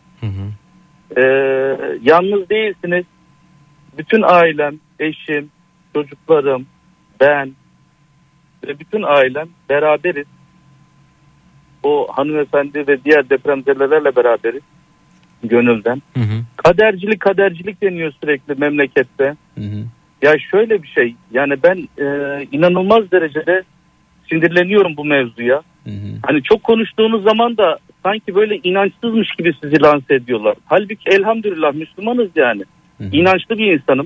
Yalnız değilsiniz. Bütün ailem, eşim, çocuklarım, ben ve bütün ailem beraberiz. O hanımefendi ve diğer depremzedelerle beraberiz gönülden. Kadercilik deniyor sürekli memlekette. Ya şöyle bir şey, yani ben inanılmaz derecede sinirleniyorum bu mevzuya. Hani çok konuştuğunuz zaman da sanki böyle inançsızmış gibi sizi lanse ediyorlar. Halbuki elhamdülillah Müslümanız yani. İnançlı bir insanım.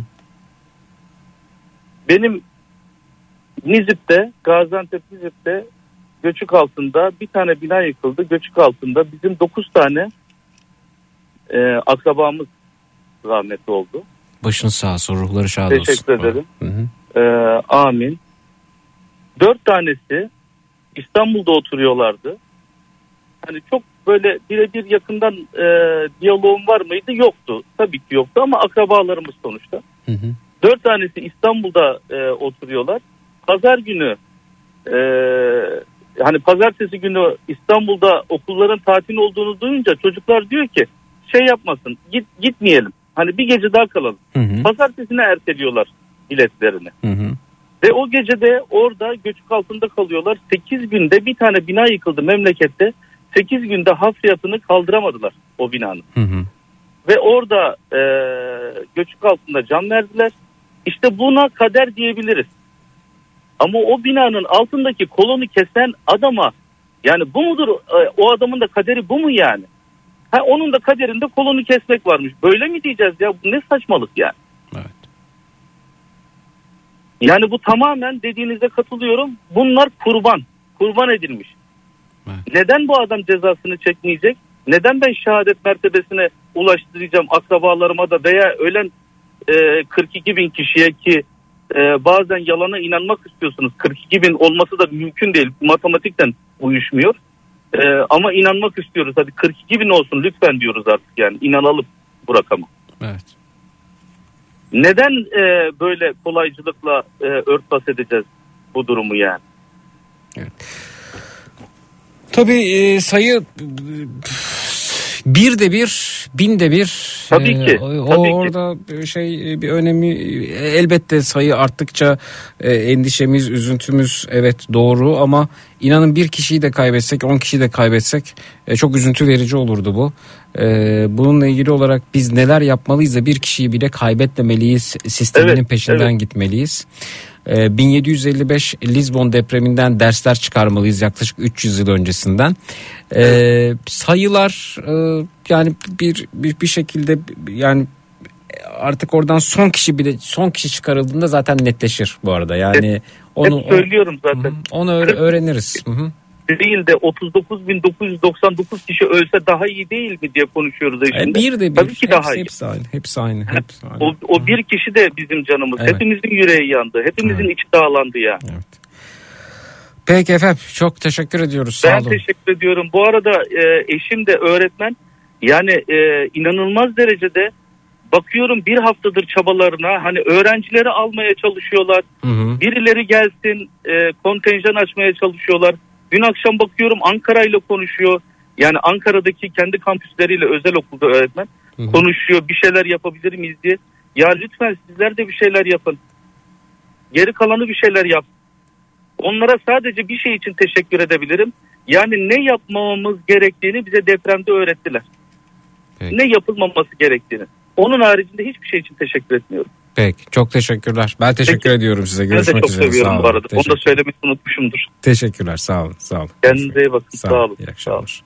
Benim Nizip'te, Gaziantep Nizip'te göçük altında bir tane bina yıkıldı. Göçük altında bizim 9 tane akrabamız rahmetli oldu.
Başın sağ olsun, ruhları şad olsun.
Teşekkür ederim. Amin. 4 tanesi İstanbul'da oturuyorlardı. Hani çok böyle birebir yakından diyaloğum var mıydı? Yoktu. Tabii ki yoktu ama akrabalarımız sonuçta. 4 tanesi İstanbul'da oturuyorlar. Pazar günü hani pazartesi günü İstanbul'da okulların tatil olduğunu duyunca çocuklar diyor ki yapmasın, gitmeyelim. Hani bir gece daha kalalım. Pazartesine erteliyorlar biletlerini. Ve o gece de orada göçük altında kalıyorlar. 8 günde bir tane bina yıkıldı memlekette. 8 günde hafriyatını kaldıramadılar o binanın. Ve orada göçük altında can verdiler. İşte buna kader diyebiliriz. Ama o binanın altındaki kolonu kesen adama, yani bu mudur? O adamın da kaderi bu mu yani? Onun da kaderinde kolonu kesmek varmış. Böyle mi diyeceğiz ya? Bu ne saçmalık yani?
Evet.
Yani bu tamamen dediğinize katılıyorum. Bunlar kurban edilmiş.
Evet.
Neden bu adam cezasını çekmeyecek? Neden ben şehadet mertebesine ulaştıracağım akrabalarıma da veya ölen 42 bin kişiye ki bazen yalana inanmak istiyorsunuz. 42 bin olması da mümkün değil. Matematikten uyuşmuyor. Ama inanmak istiyoruz. Hadi 42 bin olsun lütfen diyoruz artık yani. İnanalım bu rakama.
Evet.
Neden böyle kolaycılıkla örtbas edeceğiz bu durumu yani?
Evet. Tabii sayı binde bir.
Tabii ki.
Orada bir önemi elbette sayı arttıkça endişemiz, üzüntümüz evet doğru ama inanın bir kişiyi de kaybetsek 10 kişiyi de kaybetsek çok üzüntü verici olurdu bu. Bununla ilgili olarak biz neler yapmalıyız da bir kişiyi bile kaybetmemeliyiz, sisteminin peşinden gitmeliyiz. 1755 Lizbon depreminden dersler çıkarmalıyız yaklaşık 300 yıl öncesinden. Sayılar yani bir şekilde yani artık oradan son kişi çıkarıldığında zaten netleşir bu arada. Yani onu
söylüyorum zaten.
Onu öğreniriz.
Değil de 39.999 kişi ölse daha iyi değil mi diye konuşuyoruz eşimle. Tabii ki daha iyi.
Hepsi aynı.
O bir kişi de bizim canımız. Evet. Hepimizin yüreği yandı. Hepimizin içi dağlandı ya.
Evet. Peki efendim çok teşekkür ediyoruz.
Ben teşekkür ediyorum. Bu arada eşim de öğretmen. Yani inanılmaz derecede bakıyorum bir haftadır çabalarına hani öğrencileri almaya çalışıyorlar. Birileri gelsin kontenjan açmaya çalışıyorlar. Dün akşam bakıyorum Ankara ile konuşuyor. Yani Ankara'daki kendi kampüsleriyle özel okulda öğretmen konuşuyor. Bir şeyler yapabilir miyiz diye. Ya lütfen sizler de bir şeyler yapın. Geri kalanı bir şeyler yap. Onlara sadece bir şey için teşekkür edebilirim. Yani ne yapmamamız gerektiğini bize depremde öğrettiler. Peki. Ne yapılmaması gerektiğini. Onun haricinde hiçbir şey için teşekkür etmiyorum.
Peki çok teşekkürler. Ben teşekkür ediyorum size. Görüşmek üzere.
Ben de çok seviyorum bu arada. Onu da söylemeyi unutmuşumdur.
Teşekkürler. Sağ olun.
Kendinize iyi bakın. Sağ olun.
İyi akşamlar.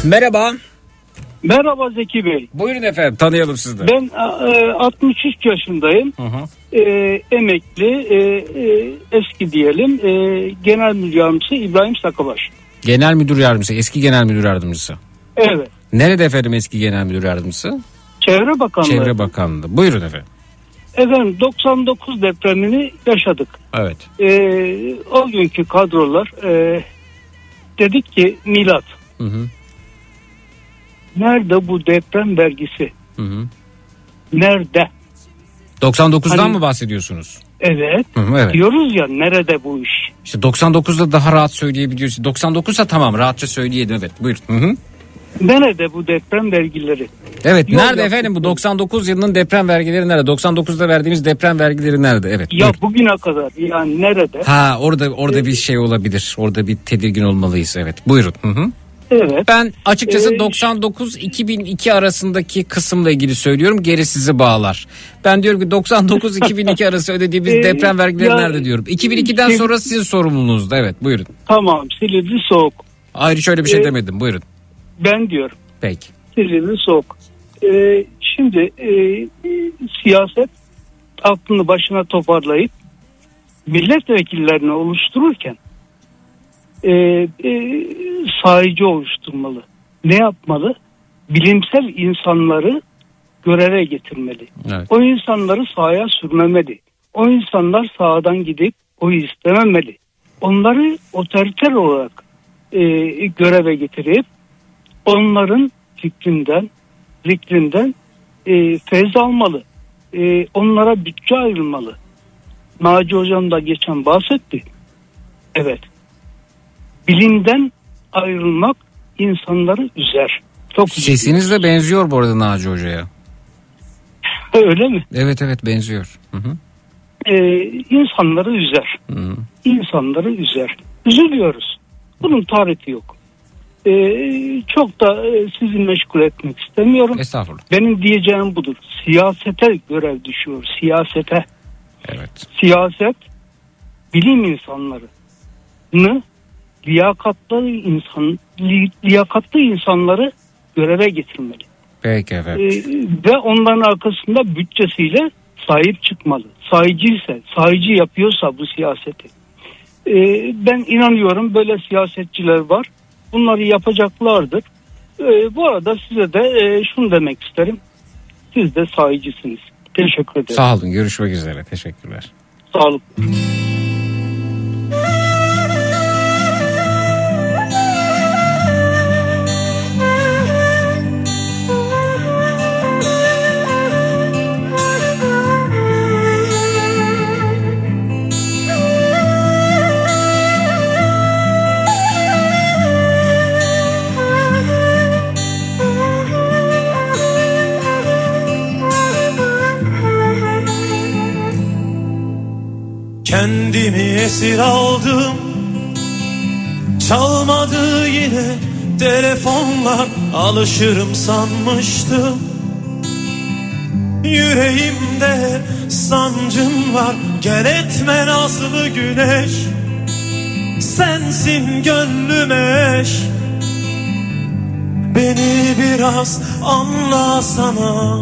Merhaba.
Merhaba Zeki Bey.
Buyurun efendim, tanıyalım sizi de.
Ben 63 yaşındayım. Emekli, eski diyelim. Genel Müdür Yardımcısı İbrahim Sakabaş.
Genel Müdür Yardımcısı, eski Genel Müdür Yardımcısı.
Evet.
Nerede efendim eski Genel Müdür Yardımcısı?
Çevre Bakanlığı.
Çevre Bakanlığı. Buyurun efendim.
Efendim 99 depremini yaşadık.
Evet.
O günkü kadrolar dedik ki milat. Nerede bu deprem vergisi? Nerede?
99'dan
Hani-
mı bahsediyorsunuz?
Evet.
Evet.
Diyoruz ya, nerede bu iş?
İşte 99'da daha rahat söyleyebiliyorsun. 99'sa tamam, rahatça söyleyelim. Evet, buyurun.
Nerede bu deprem vergileri?
Evet,
Yol
nerede
yaptık.
efendim bu 99 yılının deprem vergileri nerede? 99'da verdiğimiz deprem vergileri nerede? Evet.
Ya
buyur.
bugüne kadar yani nerede?
Ha, orada bir şey olabilir. Orada bir tedirgin olmalıyız. Evet. Buyurun.
Evet.
Ben açıkçası 99-2002 arasındaki kısımla ilgili söylüyorum. Geri sizi bağlar. Ben diyorum ki 99-2002 arası ödediğimiz deprem vergileri nerede diyorum. 2002'den sonra sizin sorumluluğunuzda. Evet, buyurun.
Tamam, Silivri soğuk.
Hayır, şöyle bir şey demedim. Buyurun.
Ben diyorum.
Peki.
Silivri soğuk. Şimdi siyaset aklını başına toparlayıp milletvekillerini oluştururken sahici oluşturmalı. Ne yapmalı? Bilimsel insanları göreve getirmeli.
Evet.
O insanları sahaya sürmemeli. O insanlar sahadan gidip oy istememeli. Onları otoriter olarak göreve getirip onların fikrinden feyz almalı. Onlara bütçe ayrılmalı. Naci Hocam da geçen bahsetti. Evet. Bilimden ayrılmak insanları üzer. Çok
Sesiniz de benziyor bu arada Naci Hoca'ya.
Öyle mi?
Evet, benziyor.
İnsanları üzer. İnsanları üzer. Üzülüyoruz. Bunun tarifi yok. Çok da sizi meşgul etmek istemiyorum.
Estağfurullah.
Benim diyeceğim budur. Siyasete görev düşüyor. Siyasete.
Evet.
Siyaset bilim insanlarını liyakatlı insanları göreve getirmeli.
Peki efendim.
Ve onların arkasında bütçesiyle sahip çıkmalı. Sahici yapıyorsa bu siyaseti. Ben inanıyorum böyle siyasetçiler var. Bunları yapacaklardır. Bu arada size de şunu demek isterim. Siz de sahicisiniz. Teşekkür ederim.
Sağ olun. Görüşmek üzere. Teşekkürler.
Sağ olun.
Kendimi esir aldım, çalmadı yine telefonlar, alışırım sanmıştım. Yüreğimde sancın var, gel etme nazlı güneş, sensin gönlüme eş. Beni biraz anlasana,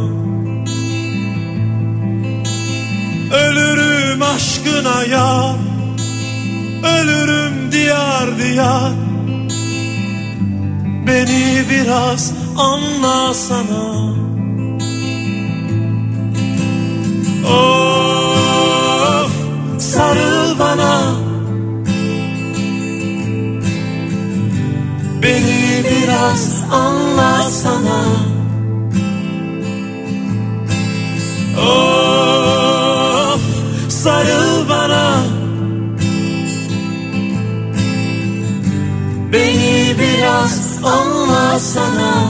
ölürüm aşkına ya, ölürüm diyar diyar. Beni biraz anlasana. Of, sarıl bana, beni biraz anlasana. Of, sarıl bana, beni biraz anlasana.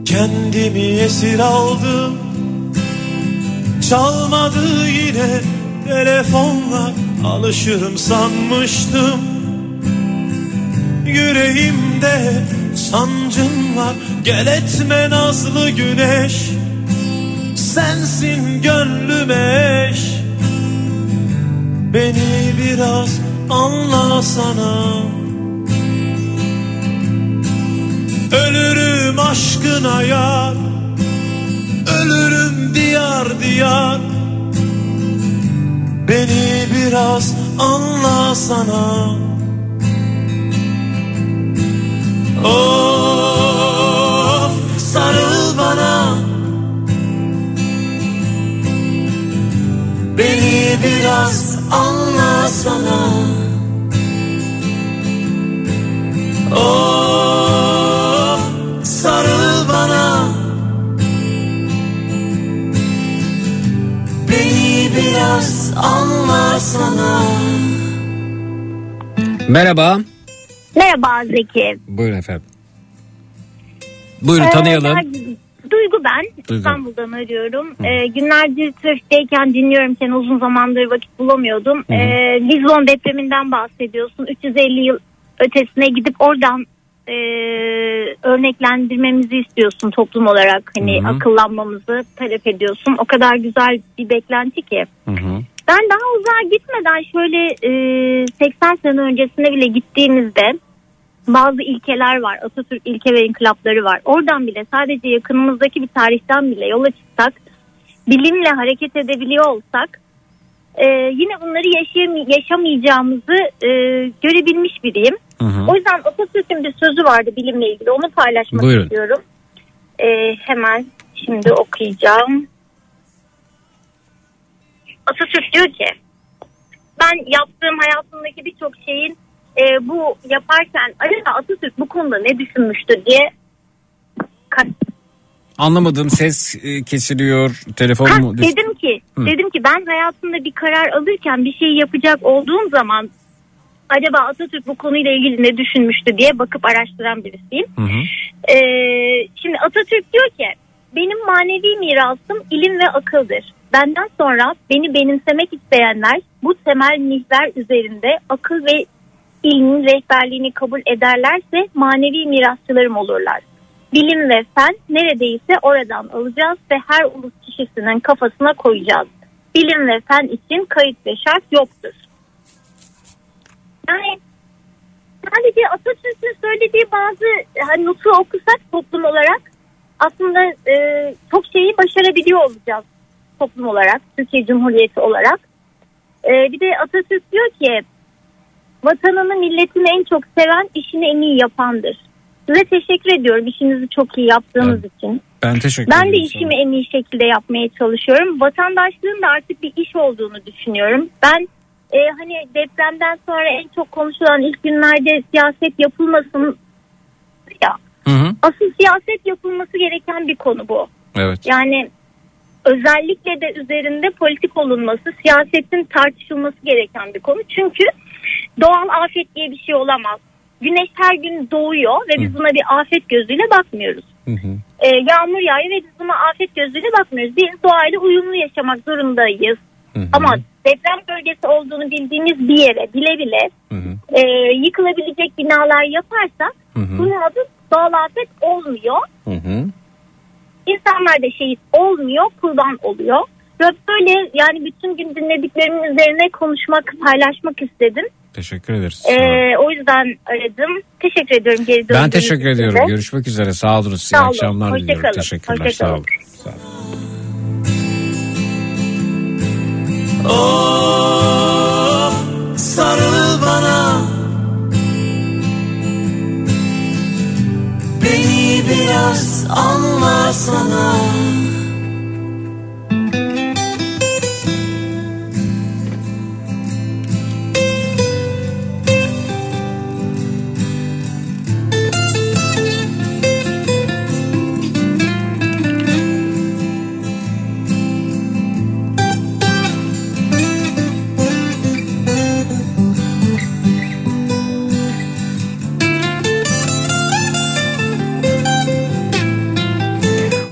Kendimi esir aldım. Çalmadı yine telefonlar, alışırım sanmıştım. Yüreğimde sancın var, gel etme nazlı güneş. Sensin gönlüme eş. Beni biraz anlasana. Ölürüm aşkına yar, ölürüm diyar diyar. Beni biraz anlasana. Of, sarıl bana. Beni biraz anlasana. Of, sarıl bana. Beni biraz anlasana.
Merhaba.
Merhaba Zeki.
Buyurun efendim. Buyurun tanıyalım.
Duygu ben.
Duygu.
İstanbul'dan arıyorum. Günlerdir trafikteyken dinliyorum seni, uzun zamandır vakit bulamıyordum. Lizbon depreminden bahsediyorsun. 350 yıl ötesine gidip oradan örneklendirmemizi istiyorsun toplum olarak. Hani akıllanmamızı talep ediyorsun. O kadar güzel bir beklenti ki. Ben daha uzağa gitmeden şöyle 80 sene öncesine bile gittiğimizde bazı ilkeler var. Atatürk ilke ve inkılapları var. Oradan bile, sadece yakınımızdaki bir tarihten bile yola çıksak, bilimle hareket edebiliyor olsak yine bunları yaşamayacağımızı görebilmiş biriyim. O yüzden Atatürk'ün bir sözü vardı bilimle ilgili. Onu paylaşmak istiyorum. Hemen şimdi okuyacağım. Atatürk diyor ki, ben yaptığım hayatımdaki birçok şeyin bu yaparken acaba Atatürk bu konuda ne düşünmüştü diye
Anlamadım, ses kesiliyor, telefon mu?
Dedim ki ben hayatımda bir karar alırken, bir şey yapacak olduğum zaman acaba Atatürk bu konuyla ilgili ne düşünmüştü diye bakıp araştıran birisiyim. Şimdi Atatürk diyor ki, benim manevi mirasım ilim ve akıldır. Benden sonra beni benimsemek isteyenler bu temel mihver üzerinde akıl ve ilmin rehberliğini kabul ederlerse manevi mirasçılarım olurlar. Bilim ve fen neredeyse oradan alacağız ve her ulus kişisinin kafasına koyacağız. Bilim ve fen için kayıt ve şart yoktur. Yani sadece Atatürk'ün söylediği bazı notu okusak toplum olarak aslında çok şeyi başarabiliyor olacağız toplum olarak, Türkiye Cumhuriyeti olarak. Bir de Atatürk diyor ki, vatanını, milletini en çok seven işini en iyi yapandır. Size teşekkür ediyorum işinizi çok iyi yaptığınız için.
Ben teşekkür ederim.
Ben de işimi en iyi şekilde yapmaya çalışıyorum. Vatandaşlığın da artık bir iş olduğunu düşünüyorum. Ben hani depremden sonra en çok konuşulan ilk günlerde siyaset yapılmasın ya. Asıl siyaset yapılması gereken bir konu bu.
Evet.
Yani özellikle de üzerinde politik olunması, siyasetin tartışılması gereken bir konu. Çünkü doğal afet diye bir şey olamaz. Güneş her gün doğuyor ve biz buna bir afet gözüyle bakmıyoruz. Yağmur yağıyor ve biz buna afet gözüyle bakmıyoruz. Biz doğayla uyumlu yaşamak zorundayız. Ama deprem bölgesi olduğunu bildiğimiz bir yere bile bile yıkılabilecek binalar yaparsak bunun adı doğal afet olmuyor. İnsanlar da şehit olmuyor, kurban oluyor. Ve böyle yani bütün gün dinlediklerimin üzerine konuşmak, paylaşmak istedim.
Teşekkür ederiz.
O yüzden aradım. Teşekkür ediyorum geri döndüğünüz
Ben teşekkür ediyorum.
Size.
Görüşmek üzere. Sağ olun. İyi akşamlar diliyorum. Teşekkürler. Sağ olun.
Oh, sarıl bana. Beni biraz anlasana.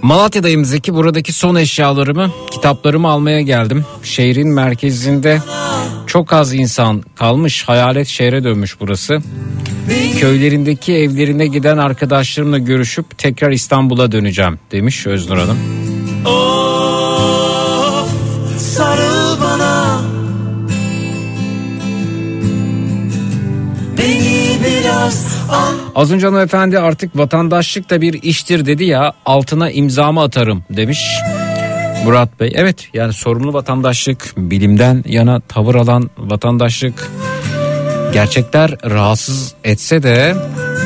Malatya'dayım Zeki. Buradaki son eşyalarımı, kitaplarımı almaya geldim. Şehrin merkezinde çok az insan kalmış. Hayalet şehre dönmüş burası. Köylerindeki evlerine giden arkadaşlarımla görüşüp tekrar İstanbul'a döneceğim demiş Öznur Hanım.
Of, sarıl bana, beni biraz
Az önce hanımefendi artık vatandaşlık da bir iştir dedi ya, altına imzamı atarım demiş Murat Bey. Evet, yani sorumlu vatandaşlık, bilimden yana tavır alan vatandaşlık, gerçekler rahatsız etse de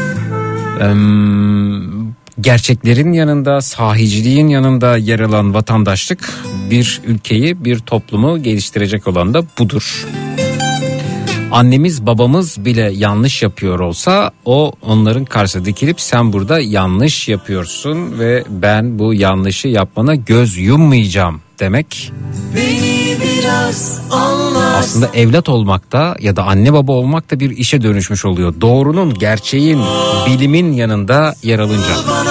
gerçeklerin yanında, sahiciliğin yanında yer alan vatandaşlık bir ülkeyi, bir toplumu geliştirecek olan da budur. Annemiz babamız bile yanlış yapıyor olsa o onların karşısına dikilip sen burada yanlış yapıyorsun ve ben bu yanlışı yapmana göz yummayacağım demek.
beni biraz anla.
Aslında evlat olmak da ya da anne baba olmak da bir işe dönüşmüş oluyor. Doğrunun, gerçeğin, bilimin yanında yer alınca.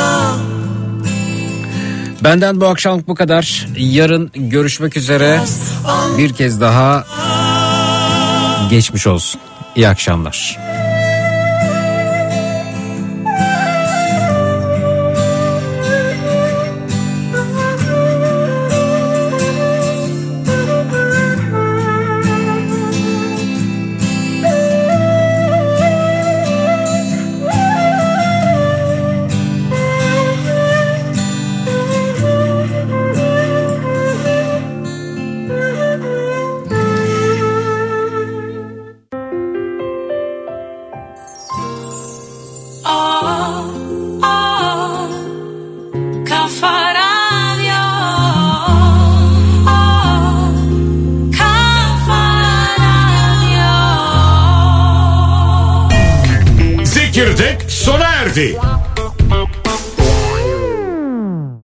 Benden bu akşamlık bu kadar. Yarın görüşmek üzere. Bir kez daha geçmiş olsun. İyi akşamlar.
Zekirdek sona erdi.